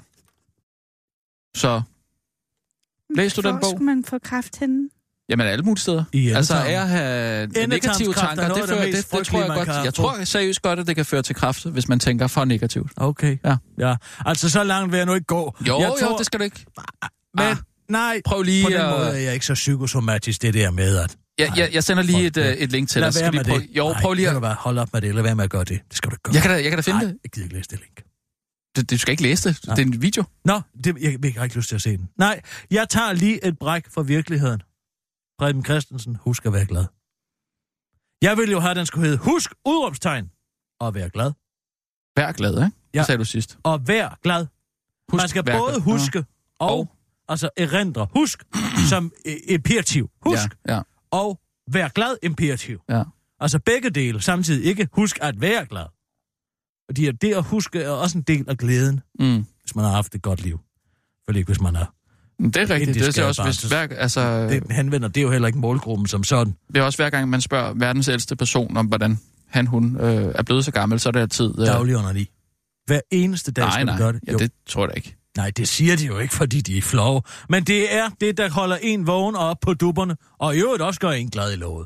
Så, læste du den bog? Hvor skal man få kræft henne? Jamen, alle mulige steder. Altså, er at have negative tanker, det, fører, det, det, det tror jeg godt. Jeg tror seriøst godt, at det kan føre til kræft, hvis man tænker for negativt. Okay. Ja. Ja. Altså, så langt vil jeg nu ikke gå. Jo, jeg jo, tror... det skal du ikke. Men, ah. nej, prøv lige på den at... måde er jeg ikke så psykosomatisk, det der med, at... Ja, jeg, jeg sender lige et, et link til dig. Lad være med prøve... det. Jo, nej, prøv lige at... bare holde op med det. Lad være med at gøre det. Det skal du ikke gøre. Jeg kan da, jeg kan da finde nej, det. jeg gider ikke læse det link. Du, du skal ikke læse det. Nej. Det er en video. Nå, det, jeg, jeg har ikke lyst til at se den. Nej, jeg tager lige et bræk fra virkeligheden. Preben Christensen, husk at være glad. Jeg vil jo have, at den skulle hedde husk udråbstegn og være glad. Vær glad, ikke? Ja. Det sagde du sidst. Og vær glad. Husk, Man skal både glad. huske ja. og, og, altså erindre. Husk som imperativ. Husk ja, ja. og vær glad imperativ. Ja. Altså begge dele samtidig. Ikke husk at være glad. Fordi det at huske er også en del af glæden, mm. hvis man har haft et godt liv. For ikke hvis man er... Det er rigtigt. Det er også, hvis hver, altså, det henvender, det er jo heller ikke målgruppen som sådan. Det er også hver gang, man spørger verdens ældste person om, hvordan han, hun øh, er blevet så gammel, så er det altid... Øh... Daglig under ni. Hver eneste dag nej, skal nej. du gøre det. Ja, det tror jeg ikke. Nej, det siger de jo ikke, fordi de er flove. Men det er det, der holder en vågen op på dupperne, og i øvrigt også gør en glad i låget.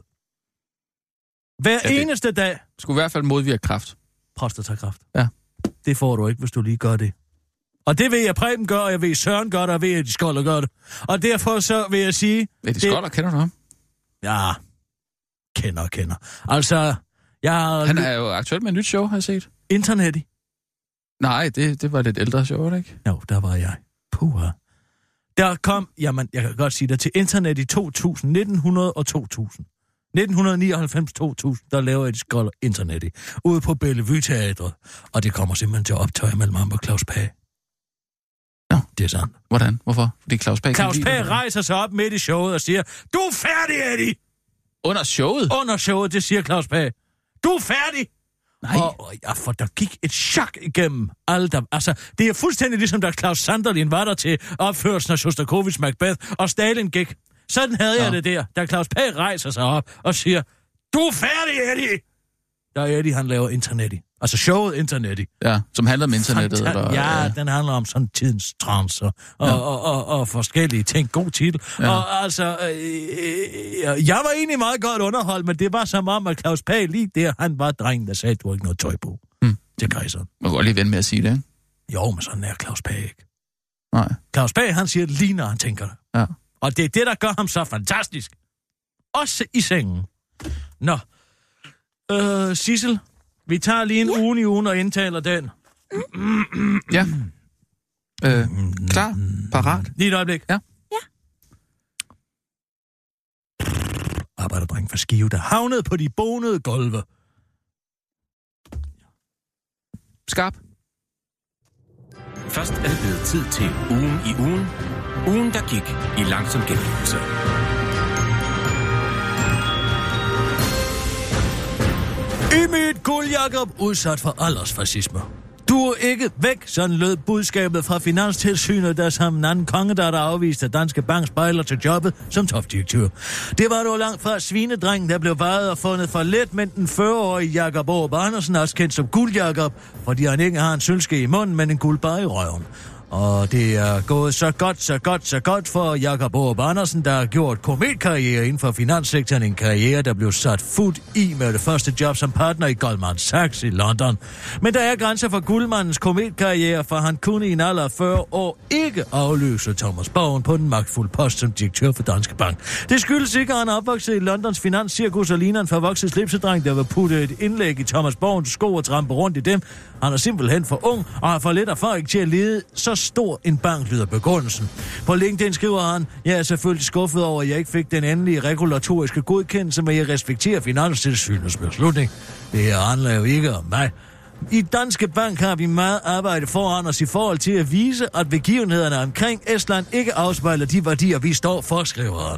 Hver ja, eneste dag... Skulle i hvert fald modvirke kræft. Prostatakræft. Ja. Det får du ikke, hvis du lige gør det. Og det ved jeg, Preben gør, og jeg ved, Søren gør det, og jeg ved, at de skolder gør det. Og derfor så vil jeg sige... Ja, de skolder, det... kender du ham? Ja, kender, kender. Altså, jeg har... Han er jo aktuelt med et nyt show, har jeg set. Internet. Nej, det, det var lidt ældre show, ikke? Jo, der var jeg. Puha. Der kom, jamen, jeg kan godt sige det, til internet i to tusind, nitten hundrede og to tusind. nitten nioghalvfems to tusind, der laver jeg de skolder internet i. Ude på Bellevue Teatret. Og det kommer simpelthen til at optøje mellem ham og Claus Pagh. Nå, det er sandt. Hvordan? Hvorfor? Fordi Claus Pagh... Claus Pagh rejser sig op midt i showet og siger, du er færdig, Eddie! Under showet? Under showet, det siger Claus Pagh. Du er færdig! Nej. Og, og ja, for der gik et chok igennem alle der... Altså, det er fuldstændig ligesom, da Claus Sanderlin var der til opførelsen af Shostakovich Macbeth, og Stalin gik. Sådan havde ja. jeg det der, da Claus Pagh rejser sig op og siger, du er færdig, Eddie! Der er Eddie, han laver internet i. Altså showet internet i. Ja, som handler om internettet. Fanta- eller, ja, ja, den handler om sådan tidens transer og, ja. og, og, og, og forskellige ting. God titel. Ja. Og altså, øh, jeg var egentlig meget godt underholdt, men det var som om, at Claus Pagh lige der, han var drengen, der sagde, du har ikke noget tøj på. Hmm. Til kejseren. Man kan godt lige vende med at sige det, ikke? Jo, men sådan er Claus Pagh ikke. Nej. Claus Pagh, han siger det lige, når han tænker det. Ja. Og det er det, der gør ham så fantastisk. Også i sengen. Nå. Øh, Sissel, vi tager lige en ja. uge i ugen og indtaler den. Ja. Øh, klar? Parat? Lige et øjeblik. Ja. Ja. Arbejderdreng for Skive, der havnede på de bonede gulve. Skarp. Først er det blevet tid til ugen i ugen. Ugen, der gik i langsom gengivelse. Ymit Guldjakob udsat for aldersfascisme. Du er ikke væk, sådan lød budskabet fra Finanstilsynet, der som en anden kongedatter afviste Danske Bank spejler til jobbet som topdirektør. Det var dog langt fra svinedrengen, der blev vejet og fundet for let, men den fyrre-årige Jakob Aarup Andersen, også kendt som Guldjakob, fordi han ikke har en sølvske i munden, men en guldbar i røven. Og det er gået så godt, så godt, så godt for Jakob Aarup Andersen, der har gjort kometkarriere inden for finanssektoren. En karriere, der blev sat fod i med det første job som partner i Goldman Sachs i London. Men der er grænser for guldmandens kometkarriere, for han kunne i en alder af fyrre år ikke afløse Thomas Borgen på den magtfulde post som direktør for Danske Bank. Det skyldes ikke, at han er opvokset i Londons finanscirkus og ligner en forvokset slipsedreng, der vil putte et indlæg i Thomas Borgens sko og trampe rundt i dem. Han er simpelthen for ung og har for lidt erfaring til at lede så stor en bank, lyder begrundelsen. På LinkedIn skriver han, jeg er selvfølgelig skuffet over, at jeg ikke fik den endelige regulatoriske godkendelse, men jeg respekterer Finanstilsynets beslutning. Det her handler jo ikke om mig. I Danske Bank har vi meget arbejde foran os i forhold til at vise, at begivenhederne omkring Estland ikke afspejler de værdier, vi står for, skriver han.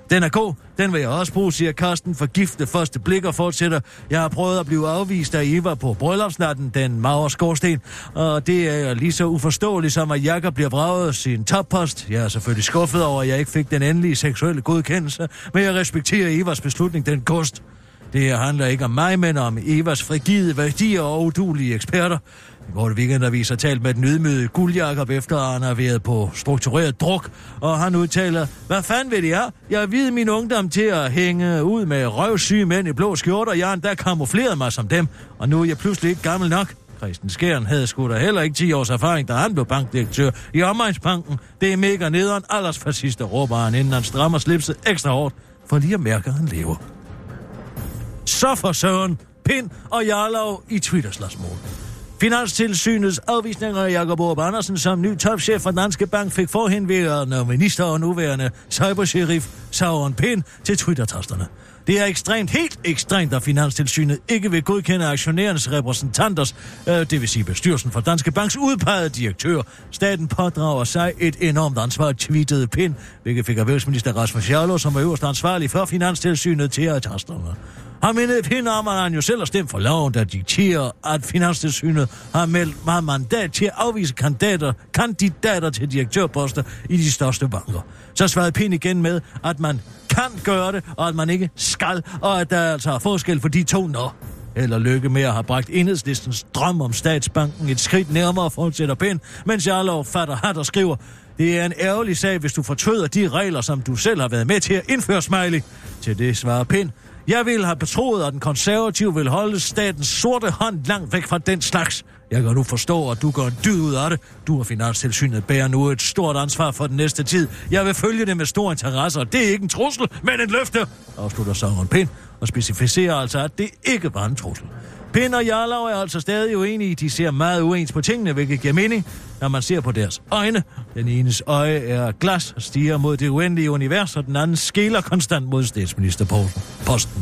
Den er god, den vil jeg også bruge, siger Karsten, for gifte første blik og fortsætter. Jeg har prøvet at blive afvist af Eva på bryllupsnatten, den magre skorsten, og det er lige så uforståeligt som, at Jakob bliver vraget sin toppost. Jeg er selvfølgelig skuffet over, at jeg ikke fik den endelige seksuelle godkendelse, men jeg respekterer Evas beslutning, den kost. Det her handler ikke om mig, men om Evas frigide værdier og udulige eksperter. I går det weekendavis har talt med den ydmygede Guldjakob, efter han har været på struktureret druk, og han udtaler, hvad fanden vil det er? Jeg har videt min ungdom til at hænge ud med røvsyge mænd i blå skjorter, jeg har endda kamufleret mig som dem, og nu er jeg pludselig ikke gammel nok. Christen Skjern havde sgu da heller ikke ti års erfaring, da han blev bankdirektør i Omegnsbanken. Det er mega nederen, aldersfascister, råber han, inden han strammer slipset ekstra hårdt, for lige at mærke, at han lever. Så for Søren, Pind og Jarlov i Twitter-slagsmål. Finanstilsynets afvisninger af Jakob Aarup Andersen som ny topchef for Danske Bank fik forhenværende minister og nuværende cybersheriff Søren Pind til Twitter-tasterne. Det er ekstremt, helt ekstremt, at Finanstilsynet ikke vil godkende aktionærernes repræsentanters, øh, det vil sige bestyrelsen for Danske Banks udpegede direktør. Staten pådrager sig et enormt ansvar, tweetede Pind, hvilket fik erhvervsminister Rasmus Jarlov, som var øverst ansvarlig for Finanstilsynet, til at tasterne. Han mindede Pind om, at han jo selv har stemt for loven, der dikterer, at Finanstilsynet har meldt meget mandat til at afvise kandidater, kandidater til direktørposter i de største banker. Så svarede Pind igen med, at man kan gøre det, og at man ikke skal, og at der altså er forskel for de to når. Eller lykke med at have bragt Enhedslistens drøm om statsbanken et skridt nærmere, fortsætter Pind, mens Jarlov fatter hat og skriver, det er en ærgerlig sag, hvis du fortryder de regler, som du selv har været med til at indføre, smiley. Til det svarer Pind, jeg vil have betroet, at den konservative vil holde statens sorte hånd langt væk fra den slags. Jeg kan nu forstå, at du går en dyd ud af det. Du og Finanstilsynet bærer nu et stort ansvar for den næste tid. Jeg vil følge det med stor interesse, og det er ikke en trussel, men en løfte, afslutter Søren Pind og specificerer altså, at det ikke var en trussel. Pind og Jarlov er altså stadig uenige. De ser meget uens på tingene, hvilket giver mening, når man ser på deres øjne. Den enes øje er glas og stiger mod det uendelige univers, og den anden skæler konstant mod statsministerposten.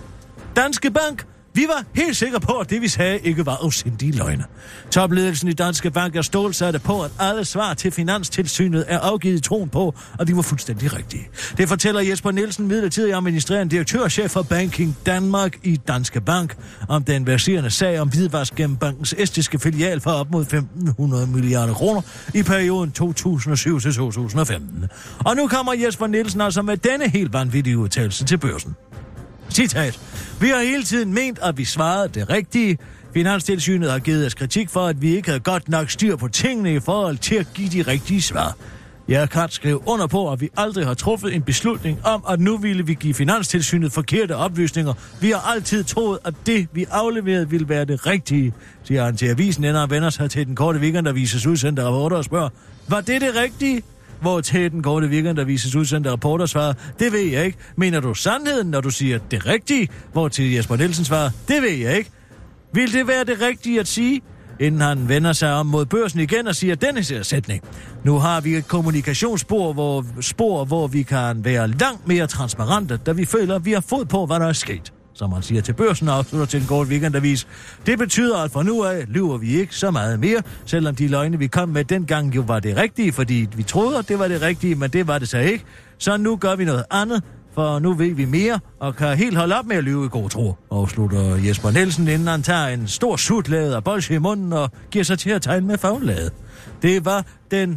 Danske Bank. Vi var helt sikre på, at det vi sagde ikke var afsindige løgne. Topledelsen i Danske Bank er stålsatte på, at alle svar til Finanstilsynet er afgivet i troen på, og de var fuldstændig rigtige. Det fortæller Jesper Nielsen, midlertidig administrerende direktørchef for Banking Danmark i Danske Bank, om den verserende sag om hvidvask gennem bankens estiske filial for op mod femten hundrede milliarder kroner i perioden to tusind og syv til to tusind og femten. Og nu kommer Jesper Nielsen altså med denne helt vanvittige udtalelse til børsen. Citat. Vi har hele tiden ment, at vi svarede det rigtige. Finanstilsynet har givet os kritik for, at vi ikke havde godt nok styr på tingene i forhold til at give de rigtige svar. Jeg kan skrive under på, at vi aldrig har truffet en beslutning om, at nu ville vi give Finanstilsynet forkerte oplysninger. Vi har altid troet, at det, vi afleverede, ville være det rigtige, siger han til avisen, inden han vender sig til den korte weekendavises udsendte rapporter og spørger, var det det rigtige? Hvor til den korte weekendavises udsendte rapporter svarer, det ved jeg ikke. Mener du sandheden, når du siger det rigtige? Hvor til Jesper Nielsen svarer, det ved jeg ikke. Vil det være det rigtige at sige? Inden han vender sig om mod børsen igen og siger denne sætning. Nu har vi et kommunikationsspor, hvor, spor, hvor vi kan være langt mere transparente, da vi føler, at vi har fået på, hvad der er sket. Som han siger til børsen og afslutter til en kort weekendavis. Det betyder, at fra nu af lyver vi ikke så meget mere, selvom de løgne, vi kom med dengang, jo var det rigtige, fordi vi troede, at det var det rigtige, men det var det så ikke. Så nu gør vi noget andet, for nu ved vi mere, og kan helt holde op med at lyve i god tro, afslutter Jesper Nielsen, inden han tager en stor sutlade af bolsje i munden og giver sig til at tegne med faglade. Det var den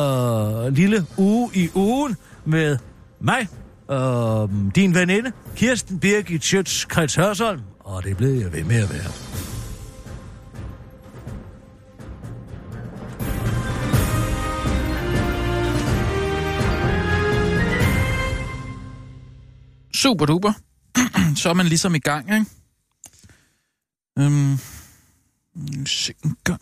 øh, lille uge i ugen med mig, og din veninde, Kirsten Birgit Schøtz-Krets Hørsholm, og det blev jeg ved med at være. Super duper. Så er man ligesom i gang, ikke? Øhm... En gang.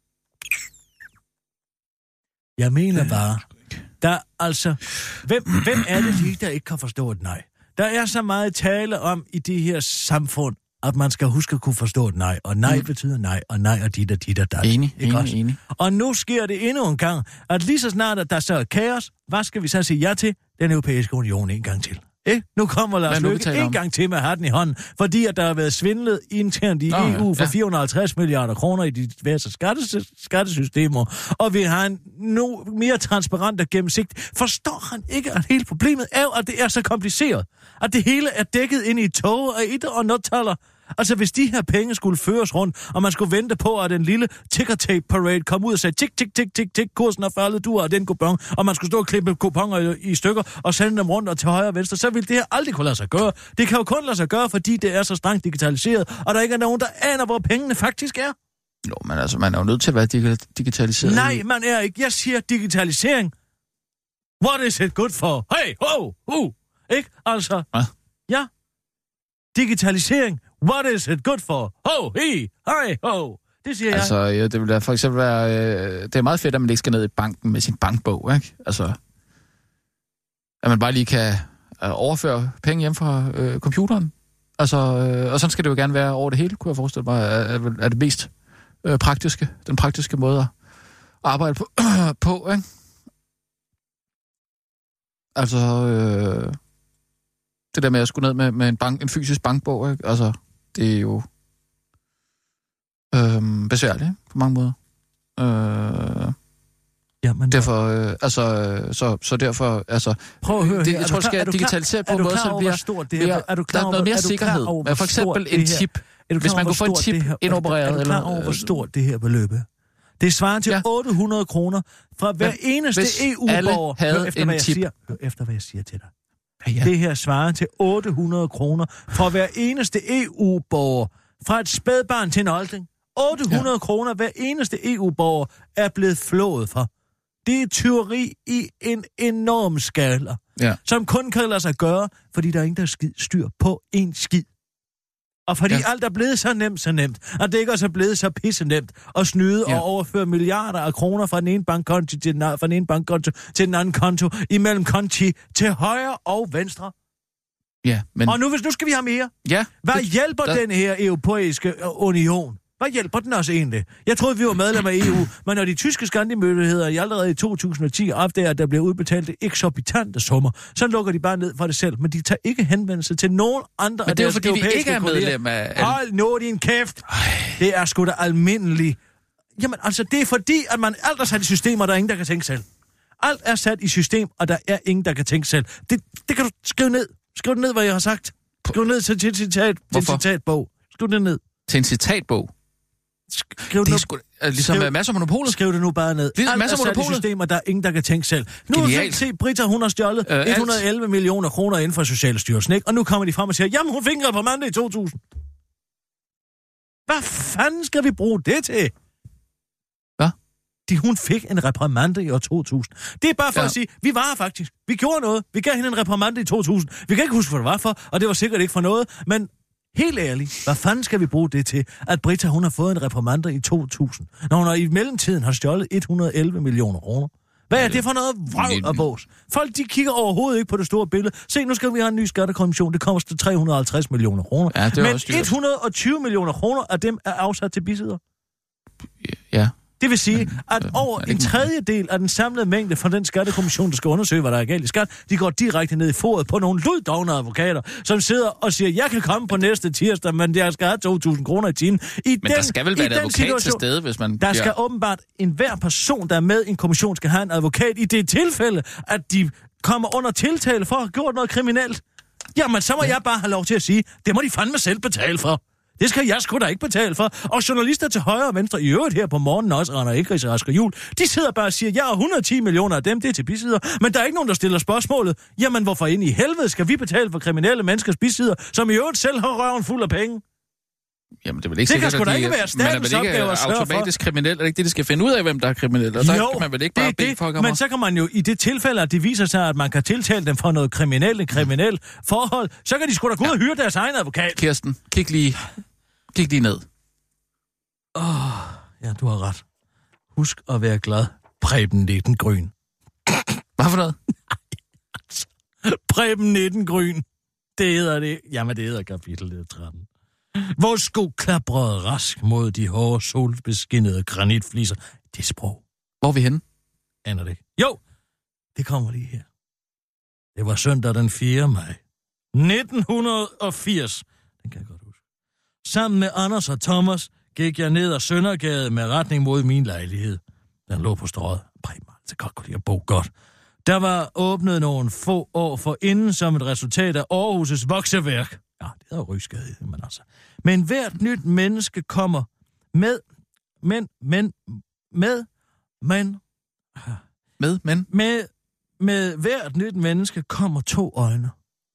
Jeg mener bare, der altså... Hvem, hvem er det lige, der ikke kan forstå et nej? Der er så meget tale om i det her samfund, at man skal huske at kunne forstå et nej. Og nej mm. betyder nej, og nej og dit og dit og dat. Enig, ikke enig, enig. Og nu sker det endnu en gang, at lige så snart, at der så er kaos, hvad skal vi så sige ja til? Den europæiske union en gang til. Eh? Nu kommer Lars Løkke en gang til med hatten i hånden, fordi at der har været svindlet internt i Nå, E U for ja. fire hundrede og halvtreds milliarder kroner i de diverse skattes- skattesystemer, og vi har en nu mere transparent og gennemsigt. Forstår han ikke, at hele problemet er, at det er så kompliceret? At det hele er dækket ind i tog og et og notaller? Altså, hvis de her penge skulle føres rundt, og man skulle vente på, at en lille ticker-tape-parade kom ud og sagde, tik, tik, tik, tik, tik, kursen er faldet, du har den kupon, og man skulle stå og klippe kuponer i, i stykker og sende dem rundt og til højre og venstre, så ville det her aldrig kunne lade sig gøre. Det kan jo kun lade sig gøre, fordi det er så strengt digitaliseret, og der ikke er nogen, der aner, hvor pengene faktisk er. Jo, men altså, man er jo nødt til at være digitaliseret. Nej, man er ikke. Jeg siger digitalisering. What is it good for? Hey, ho, hu. Ikke? Altså. Hvad? Ja. Digitalisering. What is it good for? Ho, hi, hej, ho. Det siger altså, jeg. Altså, det vil da for eksempel være... Øh, det er meget fedt, at man ikke skal ned i banken med sin bankbog, ikke? Altså, at man bare lige kan øh, overføre penge hjem fra øh, computeren. Altså, øh, og sådan skal det jo gerne være over det hele, kunne jeg forestille mig, er, er det mest øh, praktiske, den praktiske måde at arbejde på, på ikke? Altså, øh, det der med at skulle ned med, med en, bank, en fysisk bankbog, ikke? Altså, det er jo øh, besværligt, ikke? På mange måder. Øh, ja, men derfor, øh, altså, så, så derfor, altså... Prøv at høre det, her. jeg tror, det skal digitalisere på en måde, så bliver, stort det her, er du klar der er noget mere sikkerhed. Men for eksempel en chip. Hvis man kunne få en chip indopereret. Er du klar over, hvor stort det her beløb er? Det svarer til ja. otte hundrede kroner fra hver men, eneste E U-borger. Hør efter, hvad jeg siger. Hør efter, hvad jeg siger til dig. Ja, ja. Det her svarer til otte hundrede kroner fra hver eneste E U-borger. Fra et spædbarn til en olding. otte hundrede ja. kroner hver eneste E U-borger er blevet flået for. Det er tyveri i en enorm skala, ja. som kun kan lade sig gøre, fordi der er ingen, der skid styr på en skid. Og fordi ja. alt er blevet så nemt, så nemt, at det ikke også er blevet så pisse nemt at snyde ja. og overføre milliarder af kroner fra den ene bankkonto til den, fra den ene bankkonto til den anden konto, imellem konti til højre og venstre. Ja, men... Og nu, hvis nu skal vi have mere. Ja. Hvad det, hjælper der... den her europæiske union? Hvad hjælper den også egentlig? Jeg troede, vi var medlem af E U, men når de tyske skattemyndigheder i allerede i to tusind og ti opdager, at der bliver udbetalt eksorbitante summer, så lukker de bare ned for det selv. Men de tager ikke henvendelse til nogen andre af deres europæiske kolleger. Men det er jo fordi, vi ikke er medlem af... Hold nu din kæft! Ej. Det er sgu da almindeligt. Jamen altså, det er fordi, at man alt er sat i systemer, der er ingen, der kan tænke selv. Alt er sat i system, og der er ingen, der kan tænke selv. Det, det kan du skrive ned. Skriv ned, hvad jeg har sagt. Skriv ned til, til, citat, til en citatbog. Skriv det ned. Til en citatbog? Skriv det er sgu, ligesom skriv, masser af monopolet. Skriv det nu bare ned. Alt masser er sat i systemer, der er ingen, der kan tænke selv. Nu har se, Britta, hun har stjålet øh, et hundrede og elleve millioner kroner inden for Socialstyrelsen, ikke? Og nu kommer de frem og siger, jamen hun fik en reprimande i to tusind. Hvad fanden skal vi bruge det til? Hvad? De, hun fik en reprimande i år to tusind. Det er bare for ja. at sige, vi var faktisk. Vi gjorde noget. Vi gav hende en reprimande i to tusind. Vi kan ikke huske, hvad det var for, og det var sikkert ikke for noget, men helt ærligt, hvad fanden skal vi bruge det til, at Britta, hun har fået en reprimande i to tusind, når hun i mellemtiden har stjålet et hundrede og elleve millioner kroner? Hvad er det for noget vrøvl og bås? Folk, de kigger overhovedet ikke på det store billede. Se, nu skal vi have en ny skattekommission. Det kommer til tre hundrede og halvtreds millioner kroner. Ja, men et hundrede og tyve millioner kroner af dem er afsat til bisidder. Ja. Det vil sige, at over en tredjedel af den samlede mængde fra den skattekommission, der skal undersøge, hvad der er galt i skat, de går direkte ned i foret på nogle luddovne advokater, som sidder og siger, jeg kan komme på næste tirsdag, men jeg skal have to tusind kroner i timen. I men den, der skal vel være en advokat til stede, hvis man... Der skal åbenbart enhver person, der er med i en kommission, skal have en advokat i det tilfælde, at de kommer under tiltale for at have gjort noget kriminelt. Jamen, så må ja. jeg bare have lov til at sige, det må de fandme selv betale for. Det skal jeg sgu da ikke betale for. Og journalister til højre og venstre, i øvrigt her på morgenen også, Render Ikris og Asger Juhl, de sidder bare og siger, jeg har et hundrede og ti millioner af dem, det er til bisidder. Men der er ikke nogen, der stiller spørgsmålet. Jamen, hvorfor ind i helvede skal vi betale for kriminelle menneskers bisidder, som i øvrigt selv har røven fuld af penge? Jamen, det, er vel ikke det sikkert, kan sgu da de, ikke være statens opgave at sørge for. Automatisk kriminel, er det ikke det, de skal finde ud af, hvem der er kriminel? Og der jo, kan man vel ikke bare bede folk om. Men så kan man jo, i det tilfælde, at det viser sig, at man kan tiltale dem for noget kriminelt, en kriminel forhold, så kan de sgu da gå ud og hyre deres egen advokat. Kirsten, kig lige... Kig lige ned. Åh, oh, ja, du har ret. Husk at være glad. Preben nitten Grøn. Hvad for noget? Preben nitten Grøn. Det hedder det. Jamen, det hedder kapitel tretten. Hvor sko klaprede rask mod de hårde, solbeskinnede granitfliser. Det sprog. Hvor er vi henne? Aner det ikke. Jo, det kommer lige her. Det var søndag den fjerde maj nitten firs. Den kan jeg godt huske. Sammen med Anders og Thomas gik jeg ned ad Søndergade med retning mod min lejlighed. Den lå på strøget. Preben har altid godt kunne lide at bo godt. Der var åbnet nogle få år for inden som et resultat af Aarhus' vokseværk. Ja, det er jo rygskade, men altså. Men hvert nyt menneske kommer med, men, men, med, men, Med, men? med, med hvert nyt menneske kommer to øjne.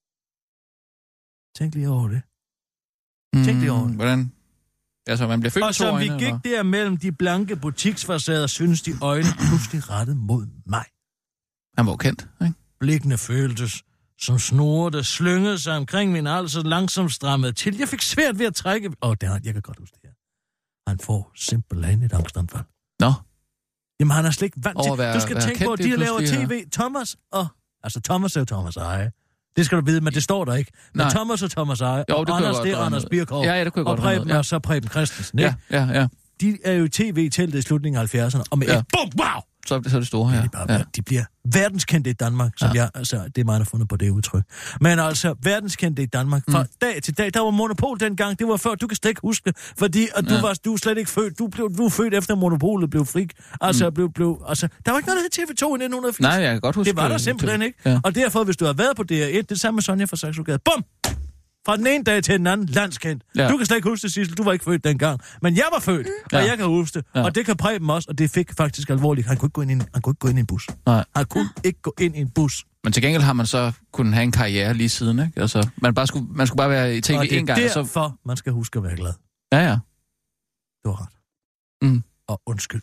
Tænk lige over det. Tænk lige over det. Hvordan? Altså, man bliver født Og med to som øjne, vi gik eller? der mellem de blanke butiksfacader, synes de øjne pludselig rettet mod mig. Han var jo kendt, ikke? Blikkene føltes som snore, der slyngede sig omkring min hals og langsomt strammede til. Jeg fik svært ved at trække... Åh, oh, det har jeg kan godt huske det her. Han får simpelthen et angstanfald. Nå. Jamen, han er slet ikke vant til... Være, du skal tænke på, at de laver tv. Thomas og... Altså, Thomas er jo Thomas Eje. Det skal du vide, men det står der ikke. Men Nej. Thomas og Thomas Eje, Jo, og det Anders, godt, det er Anders Birkhoff. Ja, ja, det kunne jeg godt og Preben regne ud, ja. og så Preben Christensen, ikke? Ja, ja, ja. De er jo i tv-teltet i slutningen af halvfjerdserne, og med Ja. et bum, wow! Så er det, så er det store her. Ja, de, bare, Ja. de bliver verdenskendte i Danmark, som ja. jeg, altså, det er mig, der har fundet på det udtryk. Men altså, verdenskendte i Danmark, fra mm. dag til dag, der var monopol dengang, det var før, du kan slet ikke huske det, fordi at du, ja. var, du er slet ikke født, du blev du er født efter monopolet blev fri, altså, mm. blev, blev, altså, der var ikke noget, der hed T V to i nitten firs. Nej, jeg kan godt huske det. var der simpelthen ikke. Ja. Og derfor, hvis du har været på D R et, det samme med Sonja fra Saxogade, bum! Fra den ene dag til den anden, landskendt. Ja. Du kan slet ikke huske det, Sissel. Du var ikke født dengang. Men jeg var født, mm. og ja. jeg kan huske det. Ja. Og det kan Preben også, og det fik faktisk alvorligt. Han kunne ikke gå ind i en, han kunne ikke gå ind i en bus. Nej. Han kunne ikke gå ind i en bus. Men til gengæld har man så kunnet have en karriere lige siden, ikke? Altså, man, bare skulle, man skulle bare være i T V en gang. Og det er derfor, så... man skal huske at være glad. Ja, ja. Du har ret. Mm. Og undskyld.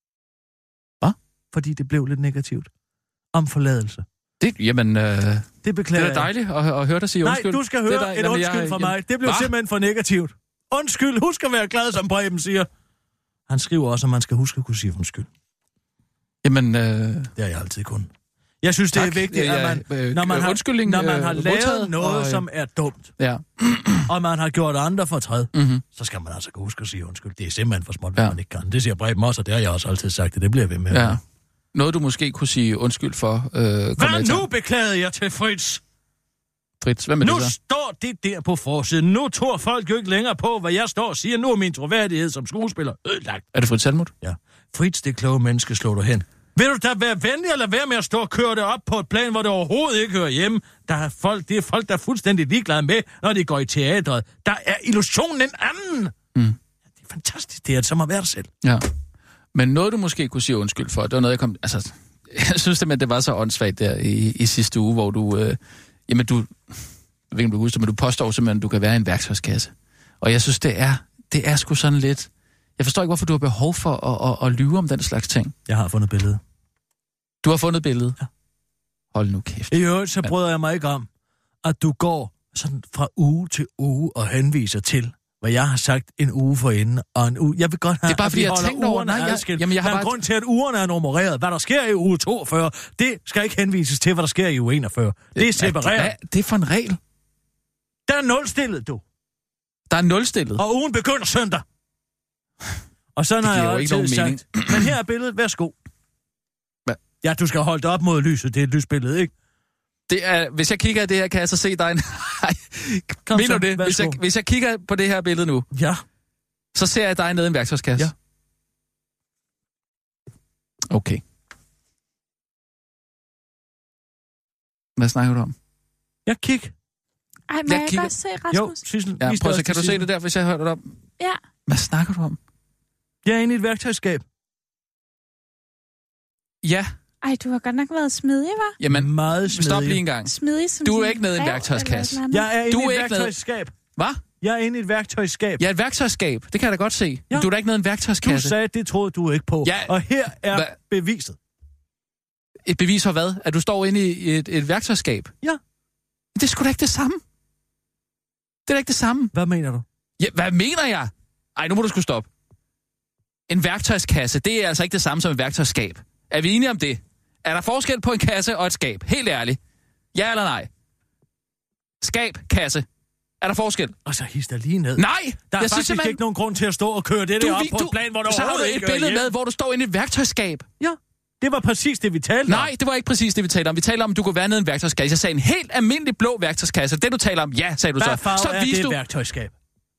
Hvad? Fordi det blev lidt negativt. Om forladelse. Det, jamen, øh, det beklager det er dejligt at, at høre dig sige undskyld. Nej, du skal høre det der, et jamen, undskyld jeg, fra mig. Det blev hva? simpelthen for negativt. Undskyld, husk at være glad, som Preben siger. Han skriver også, at man skal huske at kunne sige undskyld. Jamen, øh... det har jeg altid kun. Jeg synes, det tak. er vigtigt, ja, ja, at man, når man har, når man har øh, lavet noget, og, som er dumt, ja. og man har gjort andre fortræd, mm-hmm. så skal man altså huske at sige undskyld. Det er simpelthen for småt, ja. man ikke kan. Det siger Preben også, og det har jeg også altid sagt, og det bliver jeg ved med. Ja. Noget, du måske kunne sige undskyld for. Øh, Hvad nu beklagede jeg til Fritz? Fritz, hvad med nu det så? står det der på forsiden. Nu tror folk jo ikke længere på, hvad jeg står og siger. Nu er min troværdighed som skuespiller ødelagt. Er det Fritz Helmuth? Ja. Fritz, det kloge menneske, slår du hen. Vil du da være venlig eller være med at stå og køre det op på et plan, hvor det overhovedet ikke hører hjemme? Der er folk, det er folk, der er fuldstændig ligeglade med, når de går i teatret. Der er illusionen en anden. Mm. Ja, det er fantastisk. Det er som at være dig selv. Ja. Men noget, du måske kunne sige undskyld for, det var noget, jeg kom... Altså, jeg synes simpelthen, det var så åndssvagt der i, i sidste uge, hvor du... Øh, jamen, du... Jeg ved ikke, om du husker, men du påstår simpelthen, at du kan være i en værktøjskasse. Og jeg synes, det er, det er sgu sådan lidt... Jeg forstår ikke, hvorfor du har behov for at, at, at lyve om den slags ting. Jeg har fundet billedet. Du har fundet billedet? Ja. Hold nu kæft. I øvrigt, så bryder jeg mig ikke om, at du går sådan fra uge til uge og henviser til, hvad jeg har sagt en uge forinden og en uge. Jeg vil godt have, det er bare, at fordi vi jeg holder tænkte over, ugerne nej, jeg, adskilt. jamen, jeg har der er bare... grund til, at ugerne er nummereret. Hvad der sker i uge toogfyrre, det skal ikke henvises til, hvad der sker i uge enogfyrre. Det er separeret. Hvad det er for en regel? Der er nulstillet, du. Der er nulstillet? Og ugen begynder søndag. Og sådan har jeg altid sagt. Men her er billedet. Værsgo. Hvad? Ja, du skal holde det op mod lyset. Det er et lysbillede, ikke? Det er, hvis jeg kigger i det her, kan jeg så se dig en... Kom Mener så, du det? Hvis jeg, hvis jeg kigger på det her billede nu, ja. så ser jeg dig nede i en værktøjskasse. Ja. Okay. Hvad snakker du om? Jeg kig. Ej, må jeg, jeg kigger... godt se, Rasmus? Jo, Sissel. Ja, prøv så, kan du se det der, hvis jeg hørte det om? Ja. Hvad snakker du om? Jeg er inde i et værktøjsskab. Ja. Ej, du har godt nok været smidig, hva'? Jamen, meget smidig. Stop lige en gang. Smidig som du er ikke nede i en værktøjskasse. Jeg er inde du i et er værktøjsskab. Hvad? Jeg er inde i et værktøjsskab. Ja, et værktøjsskab. Det kan jeg da godt se. Ja. Men du er da ikke nede i en værktøjskasse. Du sagde, det troede du ikke på. Ja. Og her er Hva? beviset. Et bevis for hvad? At du står inde i et, et værktøjsskab? Ja. Det er sgu da ikke det samme. Det er da ikke det samme. Hvad mener du? Ja, hvad mener jeg? Ej, nu må du sgu stoppe. En værktøjskasse, det er altså ikke det samme som et værktøjsskab. Er vi enige om det? Er der forskel på en kasse og et skab? Helt ærligt. Ja eller nej? Skab, kasse. Er der forskel? Og så his der lige ned. Nej! Der er jeg faktisk synes, man... ikke nogen grund til at stå og køre det du, der op vi, på du, et plan, hvor der så har du overhovedet et ikke billede med, hvor du står inde i et værktøjsskab. Ja. Det var præcis det, vi talte Nej, om. det var ikke præcis det, vi talte om. Vi talte om, at du kunne være nede i en værktøjskasse. Jeg sagde en helt almindelig blå værktøjskasse. Det, du taler om, ja, sagde du Hvad så. farve Så er viste det du... værktøjskab?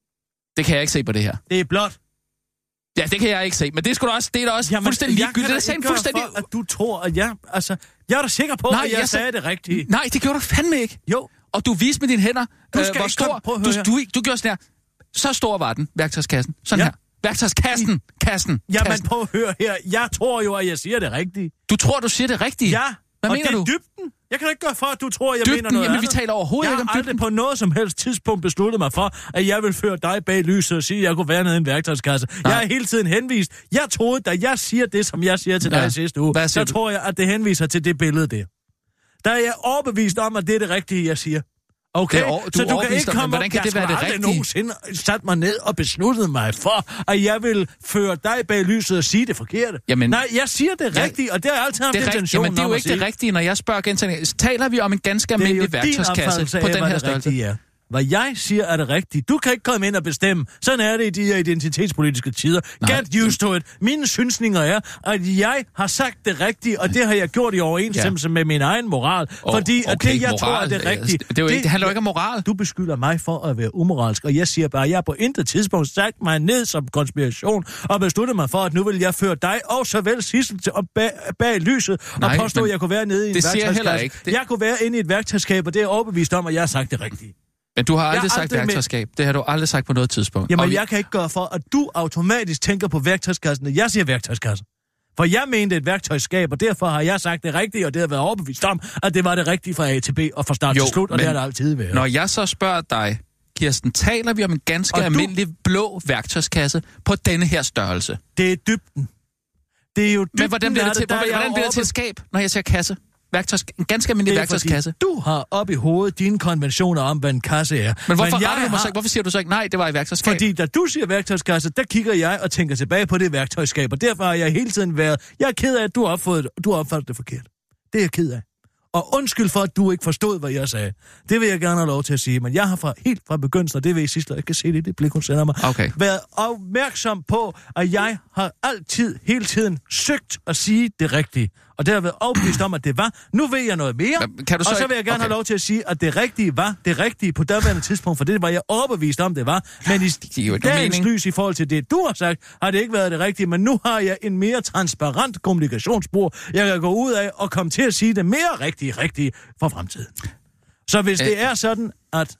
Det kan jeg ikke se på det her. Det er blåt. Ja, det kan jeg ikke se, men det skulle også, det er da også Jamen, fuldstændig ligegyldigt. Det er ikke sagen fuldstændig... for, at du tror, at jeg... Altså, jeg er da sikker på, Nej, at jeg, jeg sagde det rigtige. Nej, det gjorde du fandme ikke. Jo. Og du viste med dine hænder, Du skal øh, hvor ikke stor... komme på at Du, høre. du, du gjorde sådan her. Så stor var den, værktøjskassen. Sådan Ja. her. Værktøjskassen. Kassen. Jamen, Kassen. prøv at høre her. Jeg tror jo, at jeg siger det rigtige. Du tror, du siger det rigtige? Ja. Hvad og mener det er du? dybden. Jeg kan da ikke gøre for, at du tror, at jeg Dybden? mener noget Jamen, andet. vi taler overhovedet jeg ikke om har aldrig dybden. på noget som helst tidspunkt besluttet mig for, at jeg vil føre dig bag lyset og sige, at jeg kunne være nede i en værktøjskasse. Nej. Jeg er hele tiden henvist. Jeg troede, da jeg siger det, som jeg siger til dig Ja. i sidste uge, Hvad så siger du? tror jeg, at det henviser til det billede der. Der er jeg overbevist om, at det er det rigtige, jeg siger. Okay, Det er over- du så er du kan overbevist ikke om, men komme hvordan op. kan det Jeg være det skulle aldrig rigtige? nogensinde sat mig ned og besluttet mig for, at jeg vil føre dig bag lyset og sige det forkerte. Jamen- Nej, jeg siger det Ja. rigtigt, og det har jeg altid haft Det er rigtigt, intention men det er jo om at ikke det sige. rigtige, når jeg spørger gentagende. Taler vi om en ganske Det er jo almindelig din værktøjskasse opfattelse på af, den hvad her det størrelse? rigtige er. Hvad jeg siger er det rigtige. Du kan ikke komme ind og bestemme. Sådan er det i de her identitetspolitiske tider. Nej. Get used to it. Mine synsninger er, at jeg har sagt det rigtige, og det har jeg gjort i overensstemmelse ja. med min egen moral. Oh, fordi okay, at det, jeg moral, tror, er det rigtige. Det, er jo ikke, det handler jo ikke om moral. Du beskylder mig for at være umoralsk, og jeg siger bare, at jeg på intet tidspunkt sagt mig ned som konspiration, og besluttede mig for, at nu vil jeg føre dig og såvel Sissel til op bag, bag lyset, Nej, og påstå, men at jeg kunne være nede i en det siger jeg værktøjskasse. heller ikke. Det- Jeg kunne være inde i et værktøjskab, og det er jeg overbevist om, at jeg har sagt det rigtige. Men du har aldrig Jeg har sagt aldrig med- værktøjskab. Det har du aldrig sagt på noget tidspunkt. Jamen, Og vi- jeg kan ikke gøre for, at du automatisk tænker på værktøjskassen, når jeg siger værktøjskasse. For jeg mente et værktøjskab, og derfor har jeg sagt det rigtige, og det har været overbevist om, at det var det rigtige fra A til B og fra start Jo, til slut, og men det har det altid været. Når jeg så spørger dig, Kirsten, taler vi om en ganske Og du- almindelig blå værktøjskasse på denne her størrelse? Det er dybden. Det er jo dybden, Men hvordan bliver er det til, der er hvordan, jeg hvordan bliver det til et skab, når jeg siger kasse? Værktøjs, en ganske almindelig Det er værktøjskasse. fordi, du har op i hovedet dine konventioner om, hvad en kasse er. Men hvorfor, jeg retter du mig har- så ikke? Hvorfor siger du så ikke, nej, det var et værktøjskab? Fordi da du siger værktøjskasse, der kigger jeg og tænker tilbage på det værktøjskab, og derfor har jeg hele tiden været... Jeg er ked af, at du har opfattet, du har opfattet det forkert. Det er jeg ked af. Og undskyld for, at du ikke forstod, hvad jeg sagde. Det vil jeg gerne have lov til at sige, men jeg har fra, helt fra begyndelsen, og det vil I sidst, jeg kan se det i det blik, hun sender mig, Okay. været opmærksom på, at jeg har altid, hele tiden søgt at sige det rigtige. Og det har været overbevist om, at det var. Nu ved jeg noget mere, Men kan du så og så ikke- vil jeg gerne okay. have lov til at sige, at det rigtige var det rigtige på daværende tidspunkt, for det var jeg overbevist om, det var. Men i giver jo ikke nogen dagens mening. lys i forhold til det, du har sagt, har det ikke været det rigtige, men nu har jeg en mere transparent kommunikationsspor. Jeg kan gå ud af og komme til at sige det mere rigtige, rigtige for fremtiden. Så hvis det er sådan, at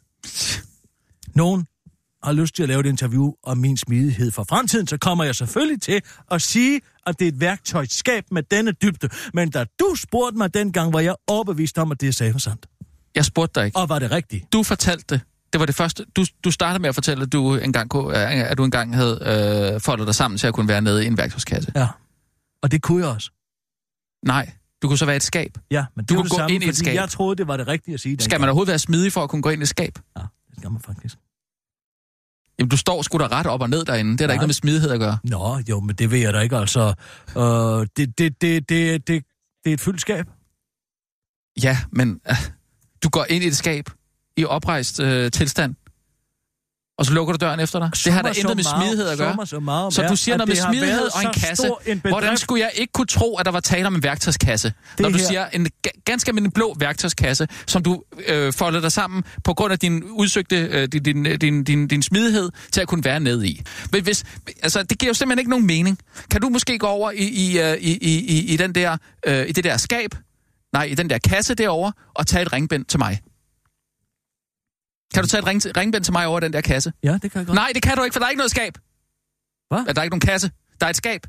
nogen har lyst til at lave et interview om min smidighed for fremtiden, så kommer jeg selvfølgelig til at sige, at det er et værktøjskab med denne dybde. Men da du spurgte mig dengang, var jeg overbevist om, at det jeg sagde var sandt. Jeg spurgte dig ikke. Og var det rigtigt? Du fortalte det. Det var det første. Du, du startede med at fortælle, at du engang, kunne, at du engang havde øh, foldet dig sammen til at kunne være nede i en værktøjskasse. Ja. Og det kunne jeg også. Nej, du kunne så være et skab. Ja, men det Du var kunne det gå samme, ind i et fordi skab. jeg troede, det var det rigtige at sige. Skal dengang. man overhovedet være smidig for at kunne gå ind i et skab? Ja, det skal man faktisk. Jamen, du står sgu da ret op og ned derinde. Det er der Nej. ikke noget med smidighed at gøre. Nå, jo, men det ved jeg da ikke, altså. Øh, det, det, det, det, det, det er et fyldt skab. Ja, men øh, du går ind i et skab i oprejst øh, tilstand, og så lukker du døren efter dig. Det har der intet med smidighed at gøre. Så, meget Så er, du siger at noget med det har smidighed været og en så kasse. stor en bedrift. Hvordan skulle jeg ikke kunne tro, at der var tale om en værktøjskasse? Det Når du her- siger en ga- ganske almindelig blå værktøjskasse, som du øh, foldede dig sammen på grund af din udsøgte, øh, din, din, din, din, din smidighed til at kunne være nede i. Men hvis, altså, det giver jo simpelthen ikke nogen mening. Kan du måske gå over i, i, øh, i, i, i, den der, øh, i det der skab, nej, i den der kasse derovre, og tage et ringbind til mig? Kan du tage et ring, ringbind til mig over den der kasse? Ja, det kan jeg godt. Nej, det kan du ikke, for der er ikke noget skab. Hvad? Ja, der er ikke nogen kasse. Der er et skab.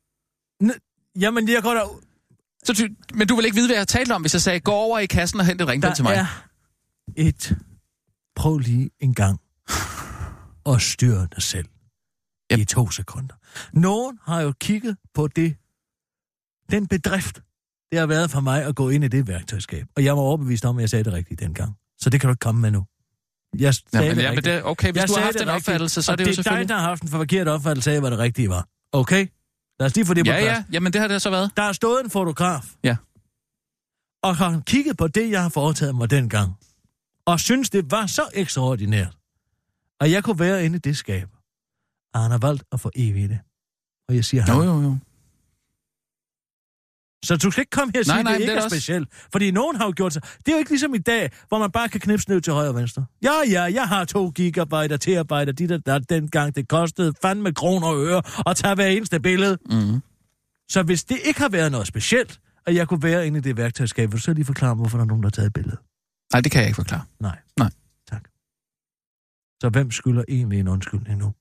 N- Jamen, jeg går da... Så ty, men du vil ikke vide, hvad jeg talte om, hvis jeg sagde, gå over i kassen og hent et ringbind Der til mig. er et... Prøv lige en gang at styre dig selv Yep. i to sekunder. Nogen har jo kigget på det, den bedrift, det har været for mig at gå ind i det værktøjskab. Og jeg var overbevist om, at jeg sagde det rigtigt dengang. Så det kan du ikke komme med nu. Jeg sagde Jamen, det ja, men rigtigt. det, okay, hvis Jeg du har sagde haft det en rigtigt, opfattelse, så er og det jo det er selvfølgelig... dig, der har haft en forkert opfattelse af, hvad det rigtige var. Okay? Lad os lige få det på Ja, plads. ja, jamen det har det så været. Der er stået en fotograf. Ja. Og har kigget på det, jeg har foretaget mig dengang. Og synes, det var så ekstraordinært. Og jeg kunne være inde i det skab. Og han har valgt at få evigt det. Og jeg siger ham, Jo, jo, jo. Så du skal ikke komme her og sige, at det ikke er, er specielt. Fordi nogen har jo gjort sig. Det er jo ikke ligesom i dag, hvor man bare kan knipse ned til højre og venstre. Ja, ja, jeg har to gigabyte til arbejde, de der, der dengang det kostede fandme kroner og øre at tage hver eneste billede. Mm. Så hvis det ikke har været noget specielt, at jeg kunne være inde i det værktøjskab, vil du så lige forklare, hvorfor der er nogen, der har taget et billede? Nej, det kan jeg ikke forklare. Nej. Nej. Tak. Så hvem skylder egentlig en undskyldning nu?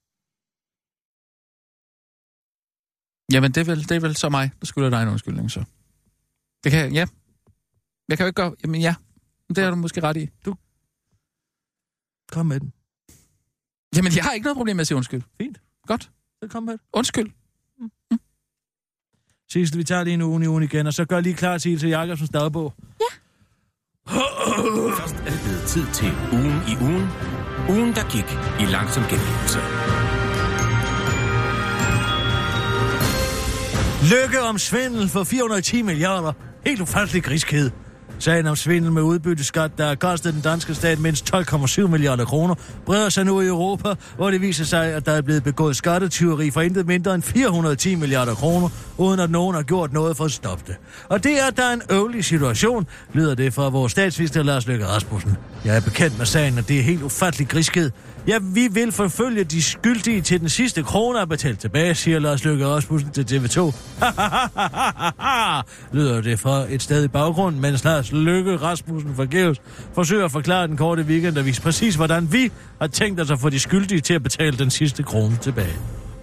Jamen, det er, vel, det er vel så mig, der skylder dig en undskyldning, så. Det kan jeg, ja. Jeg kan jo ikke gøre, jamen ja, det er du måske ret i. Du, kom med den. Jamen, jeg har ikke noget problem med at sige undskyld. Fint. Godt. Så kom med den. Undskyld. Mm. Mm. Sidst, vi tager lige en uge i ugen igen, og så gør lige klar til til Jakobsens dagbog. Ja. Først er det blevet tid til ugen i ugen. Ugen, der gik i langsom gengivelse. Lykke om svindel for fire hundrede og ti milliarder. Helt ufattelig griskhed. Sagen om svindel med udbytteskat, der har kostet den danske stat mindst tolv komma syv milliarder kroner, breder sig nu i Europa, hvor det viser sig, at der er blevet begået skattetyveri for intet mindre end fire hundrede og ti milliarder kroner, uden at nogen har gjort noget for at stoppe det. Og det er, at der er en øvelig situation, lyder det fra vores statsminister Lars Løkke Rasmussen. Jeg er bekendt med sagen, og det er helt ufattelig griskhed. Ja, vi vil forfølge de skyldige til den sidste krone er betalt tilbage, siger Lars Løkke Rasmussen til T V to. lyder det fra et sted i baggrunden, mens Lars Løkke Rasmussen forgæves forsøger at forklare den korte weekendavis præcis, hvordan vi har tænkt os at få de skyldige til at betale den sidste krone tilbage.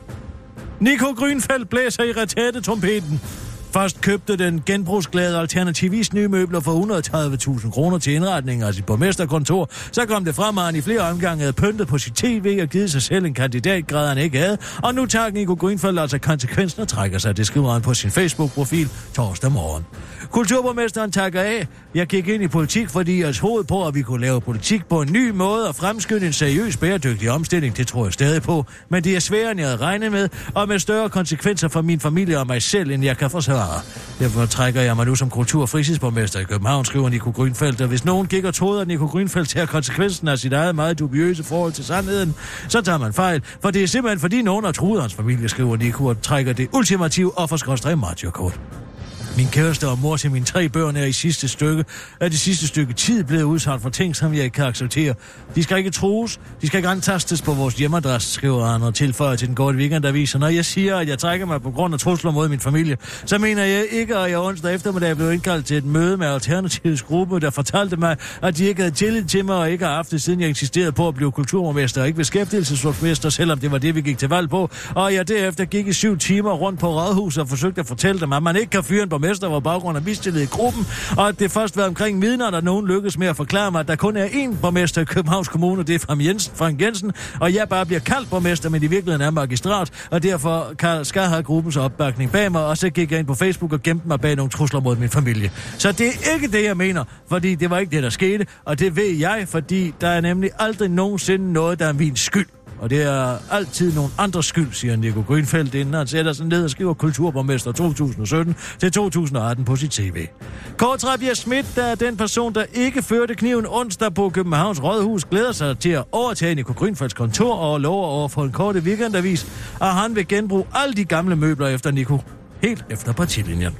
Nico Grünfeldt blæser i retætte-trompeten. Først købte den genbrugsglade Alternativis nye møbler for et hundrede og tredive tusind kroner til indretning af sit borgmesterkontor. Så kom det frem, at han i flere omgange havde pyntet på sit tv og givet sig selv en kandidatgrad, han ikke havde. Og nu tager Nico Grünfeldt altså konsekvensen og trækker sig. Det skriver han på sin Facebook-profil torsdag morgen. Kulturborgmesteren takker af. Jeg gik ind i politik, fordi jeg troede på, at vi kunne lave politik på en ny måde og fremskynde en seriøs bæredygtig omstilling. Det tror jeg stadig på. Men det er sværere, end jeg havde regnet med, og med større konsekvenser for min familie og mig selv, end jeg kan forsvare. Derfor trækker jeg mig nu som kultur- og fritidsborgmester i København, skriver Nico Grünfeldt. Og hvis nogen gik og troede, at Nico Grünfeldt tager konsekvensen af sit eget meget dubiøse forhold til sandheden, så tager man fejl. For det er simpelthen fordi nogen har troet hans familie, skriver Nico, og trækker det ultimative offerskrådstræk macho-kort. Min kæreste og mor til mine tre børn er i sidste stykke, er det sidste stykke tid blevet udsat for ting, som jeg ikke kan acceptere. De skal ikke trues, de skal ikke antastes på vores hjemmeadresse, skriver han og tilføjer til den korte weekendavis. Og når jeg siger, at jeg trækker mig på grund af trusler mod min familie, så mener jeg ikke, at jeg onsdag eftermiddag blev indkaldt til et møde med Alternativets gruppe, der fortalte mig, at de ikke havde tillid til mig og ikke har haft det, siden jeg insisterede på at blive kulturborgmester og ikke beskæftigelsesborgmester, selvom det var det, vi gik til valg på. Og jeg derefter gik i syv timer rundt på rådhuset og forsøgte at fortælle dem, at man ikke kan fyre en borgmester var baggrund af mistillid i gruppen, og at det først var omkring midnat, at nogen lykkedes med at forklare mig, at der kun er én borgmester i Københavns Kommune, det er Frank Jensen, Frank Jensen, og jeg bare bliver kaldt borgmester, men i virkeligheden er magistrat, og derfor kan, skal have gruppens opbakning bag mig, og så gik jeg ind på Facebook og gemte mig bag nogle trusler mod min familie. Så det er ikke det, jeg mener, fordi det var ikke det, der skete, og det ved jeg, fordi der er nemlig aldrig nogensinde noget, der er min skyld. Og det er altid nogen andres skyld, siger Nico Grünfeldt, inden han sætter sig ned og skriver kulturborgmester to tusind og sytten til to tusind og atten på sit tv. Kåre Trabjerg Schmidt, der er den person, der ikke førte kniven onsdag på Københavns Rådhus, glæder sig til at overtage Nico Grünfeldts kontor og lover over for en korte weekendavis, og han vil genbruge alle de gamle møbler efter Nico, helt efter partilinjen.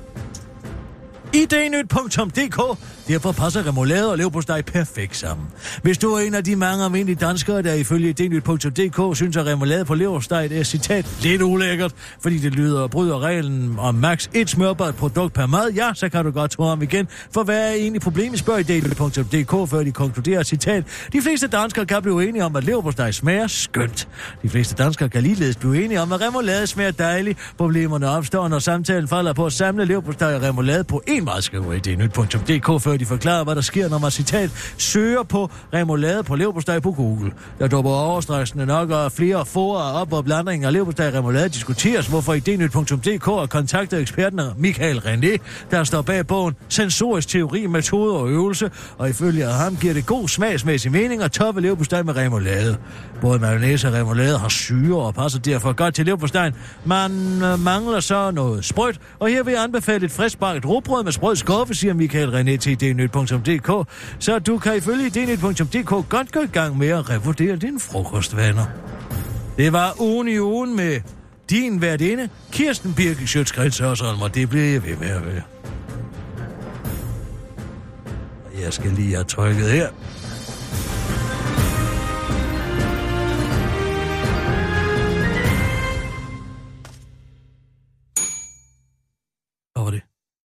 I d nyt punktum d k, derfor passer remoulade og leverpostej perfekt sammen. Hvis du er en af de mange almindelige danskere, der ifølge i d nyt punktum d k synes, at remoulade på leverpostej er citat lidt ulækkert, fordi det lyder og bryder reglen om max et smørbart produkt per mad, ja, så kan du godt tro om igen. For hvad er egentlig problemet, spørger i d nyt punktum d k, før de konkluderer citat. De fleste danskere kan blive enige om, at leverpostej smager skønt. De fleste danskere kan ligeledes blive enige om, at remoulade smager dejligt. Problemerne opstår, når samtalen falder på at samle leverpostej og remoulade på en meget, skriver i d nyt punktum d k, før de forklarer, hvad der sker, når man citat søger på remoulade på leverpostej på Google. Der dupper overstrækkende nok, og flere forer op og blandingen af leverpostej og remoulade diskuteres, hvorfor i d nyt punktum d k har kontaktet eksperten Michael René, der står bag bogen Sensorisk teori, metode og øvelse, og ifølge ham giver det god smagsmæssig mening at toppe leverpostej med remoulade. Både mayonnaise og remoulade har syre og passer derfor godt til leverpostejen. Man mangler så noget sprødt, og her vil jeg anbefale et friskbagt rugbrød med sprød skuffe, siger Michael René til i d nyt punktum d k, så du kan ifølge i d nyt punktum d k godt gå i gang med at revurdere dine frokostvaner. Det var ugen i ugen med din værtinde, Kirsten Birgit Schøtz-Krets Hørsholm, og det blev jeg ved med at være. Jeg skal lige have trykket her. Hvad var det?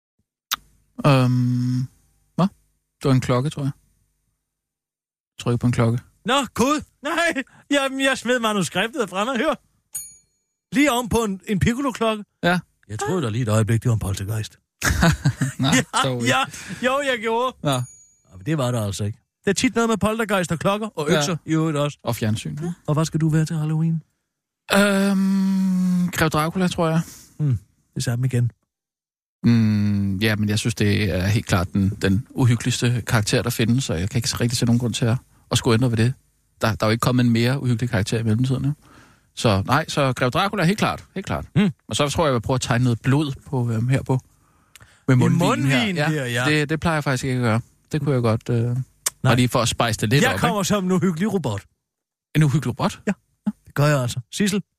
Øhm, hvad? Det var en klokke, tror jeg. Tryk på en klokke. Nå, gud! Nej! Jamen, jeg smed manuskriptet frem og hør. Lige om på en, en piccolo-klokke. Ja. Jeg troede da lige et øjeblik, det var en poltergeist. Nej, ja, ja, jo, jeg gjorde. Ja. Men det var der altså ikke. Det er tit noget med poltergeist og klokker og økser ja. I øvrigt også. Og fjernsyn. Ja. Og hvad skal du være til Halloween? Øhm, Grev Dracula, tror jeg. Hmm, det samme igen. Mm, ja, men jeg synes, det er helt klart den, den uhyggeligste karakter, der findes, så jeg kan ikke rigtig se nogen grund til at, at skulle ændre ved det. Der, der er jo ikke kommet en mere uhyggelig karakter i mellemtiden. Ja. Så nej, så Grev Dracula er helt klart. Helt klart. Mm. Og så tror jeg, jeg vil prøve at tegne noget blod på, øhm, her på. Med mundvin, mundvin her. Ja, her, ja. Det, det plejer jeg faktisk ikke at gøre. Det kunne jeg godt... Øh, og lige for at spejse det lidt jeg op. Jeg kommer ikke? som en uhyggelig robot. En uhyggelig robot? Ja, det gør jeg altså. Sissel?